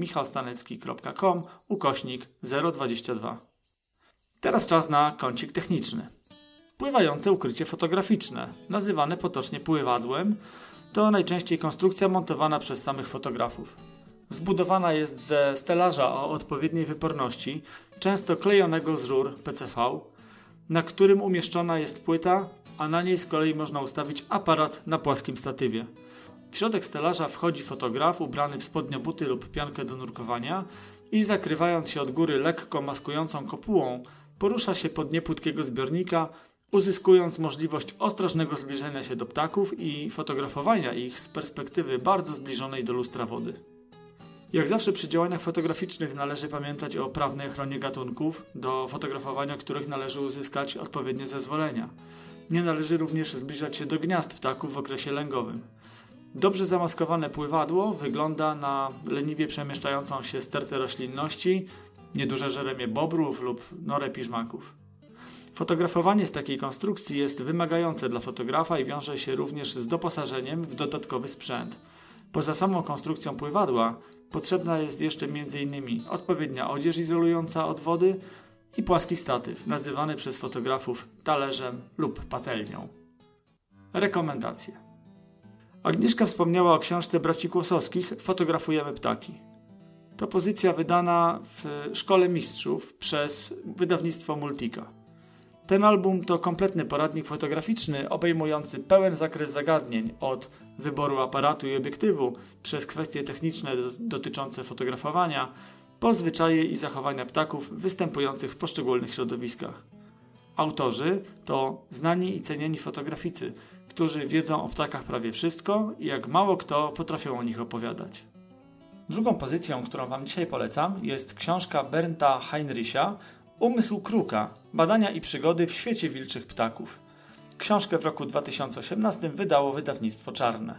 michałstanecki.com/022. Teraz czas na kącik techniczny. Pływające ukrycie fotograficzne, nazywane potocznie pływadłem, to najczęściej konstrukcja montowana przez samych fotografów. Zbudowana jest ze stelaża o odpowiedniej wyporności, często klejonego z rur PCV, na którym umieszczona jest płyta, a na niej z kolei można ustawić aparat na płaskim statywie. W środek stelaża wchodzi fotograf ubrany w spodniobuty lub piankę do nurkowania i zakrywając się od góry lekko maskującą kopułą, porusza się po dnie płytkiego zbiornika, uzyskując możliwość ostrożnego zbliżenia się do ptaków i fotografowania ich z perspektywy bardzo zbliżonej do lustra wody. Jak zawsze przy działaniach fotograficznych należy pamiętać o prawnej ochronie gatunków, do fotografowania których należy uzyskać odpowiednie zezwolenia. Nie należy również zbliżać się do gniazd ptaków w okresie lęgowym. Dobrze zamaskowane pływadło wygląda na leniwie przemieszczającą się stertę roślinności, nieduże żeremie bobrów lub norę piżmaków. Fotografowanie z takiej konstrukcji jest wymagające dla fotografa i wiąże się również z doposażeniem w dodatkowy sprzęt. Poza samą konstrukcją pływadła potrzebna jest jeszcze m.in. odpowiednia odzież izolująca od wody i płaski statyw, nazywany przez fotografów talerzem lub patelnią. Rekomendacje. Agnieszka wspomniała o książce braci Kłosowskich Fotografujemy ptaki. To pozycja wydana w Szkole Mistrzów przez wydawnictwo Multika. Ten album to kompletny poradnik fotograficzny obejmujący pełen zakres zagadnień od wyboru aparatu i obiektywu przez kwestie techniczne dotyczące fotografowania po zwyczaje i zachowania ptaków występujących w poszczególnych środowiskach. Autorzy to znani i cenieni fotograficy, którzy wiedzą o ptakach prawie wszystko i jak mało kto potrafią o nich opowiadać. Drugą pozycją, którą Wam dzisiaj polecam, jest książka Bernta Heinricha Umysł kruka. Badania i przygody w świecie wilczych ptaków. Książkę w roku 2018 wydało wydawnictwo Czarne.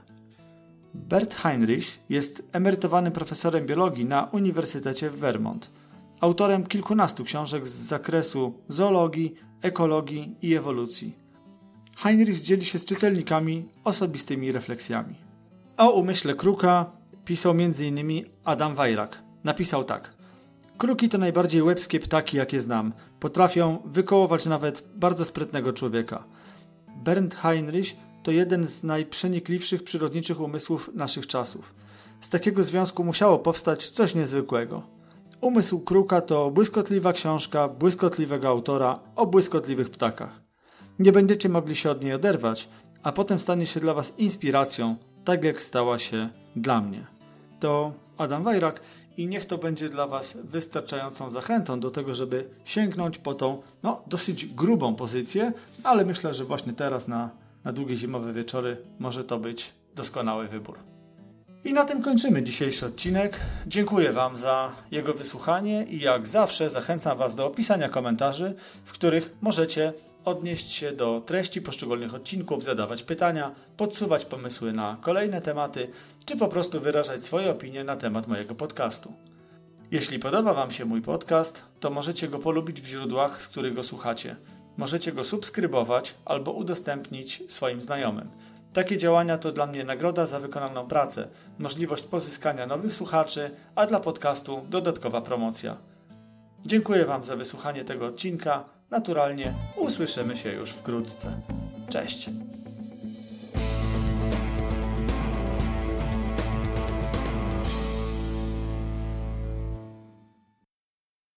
Bert Heinrich jest emerytowanym profesorem biologii na Uniwersytecie w Vermont. Autorem kilkunastu książek z zakresu zoologii, ekologii i ewolucji. Heinrich dzieli się z czytelnikami osobistymi refleksjami. O umyśle kruka pisał m.in. Adam Wajrak. Napisał tak. Kruki to najbardziej łebskie ptaki, jakie znam. Potrafią wykołować nawet bardzo sprytnego człowieka. Bernd Heinrich to jeden z najprzenikliwszych przyrodniczych umysłów naszych czasów. Z takiego związku musiało powstać coś niezwykłego. Umysł kruka to błyskotliwa książka błyskotliwego autora o błyskotliwych ptakach. Nie będziecie mogli się od niej oderwać, a potem stanie się dla Was inspiracją, tak jak stała się dla mnie. To Adam Wajrak i niech to będzie dla Was wystarczającą zachętą do tego, żeby sięgnąć po tą dosyć grubą pozycję, ale myślę, że właśnie teraz na długie zimowe wieczory może to być doskonały wybór. I na tym kończymy dzisiejszy odcinek. Dziękuję Wam za jego wysłuchanie i jak zawsze zachęcam Was do pisania komentarzy, w których możecie odnieść się do treści poszczególnych odcinków, zadawać pytania, podsuwać pomysły na kolejne tematy, czy po prostu wyrażać swoje opinie na temat mojego podcastu. Jeśli podoba Wam się mój podcast, to możecie go polubić w źródłach, z których go słuchacie. Możecie go subskrybować albo udostępnić swoim znajomym. Takie działania to dla mnie nagroda za wykonaną pracę, możliwość pozyskania nowych słuchaczy, a dla podcastu dodatkowa promocja. Dziękuję Wam za wysłuchanie tego odcinka. Naturalnie usłyszymy się już wkrótce. Cześć!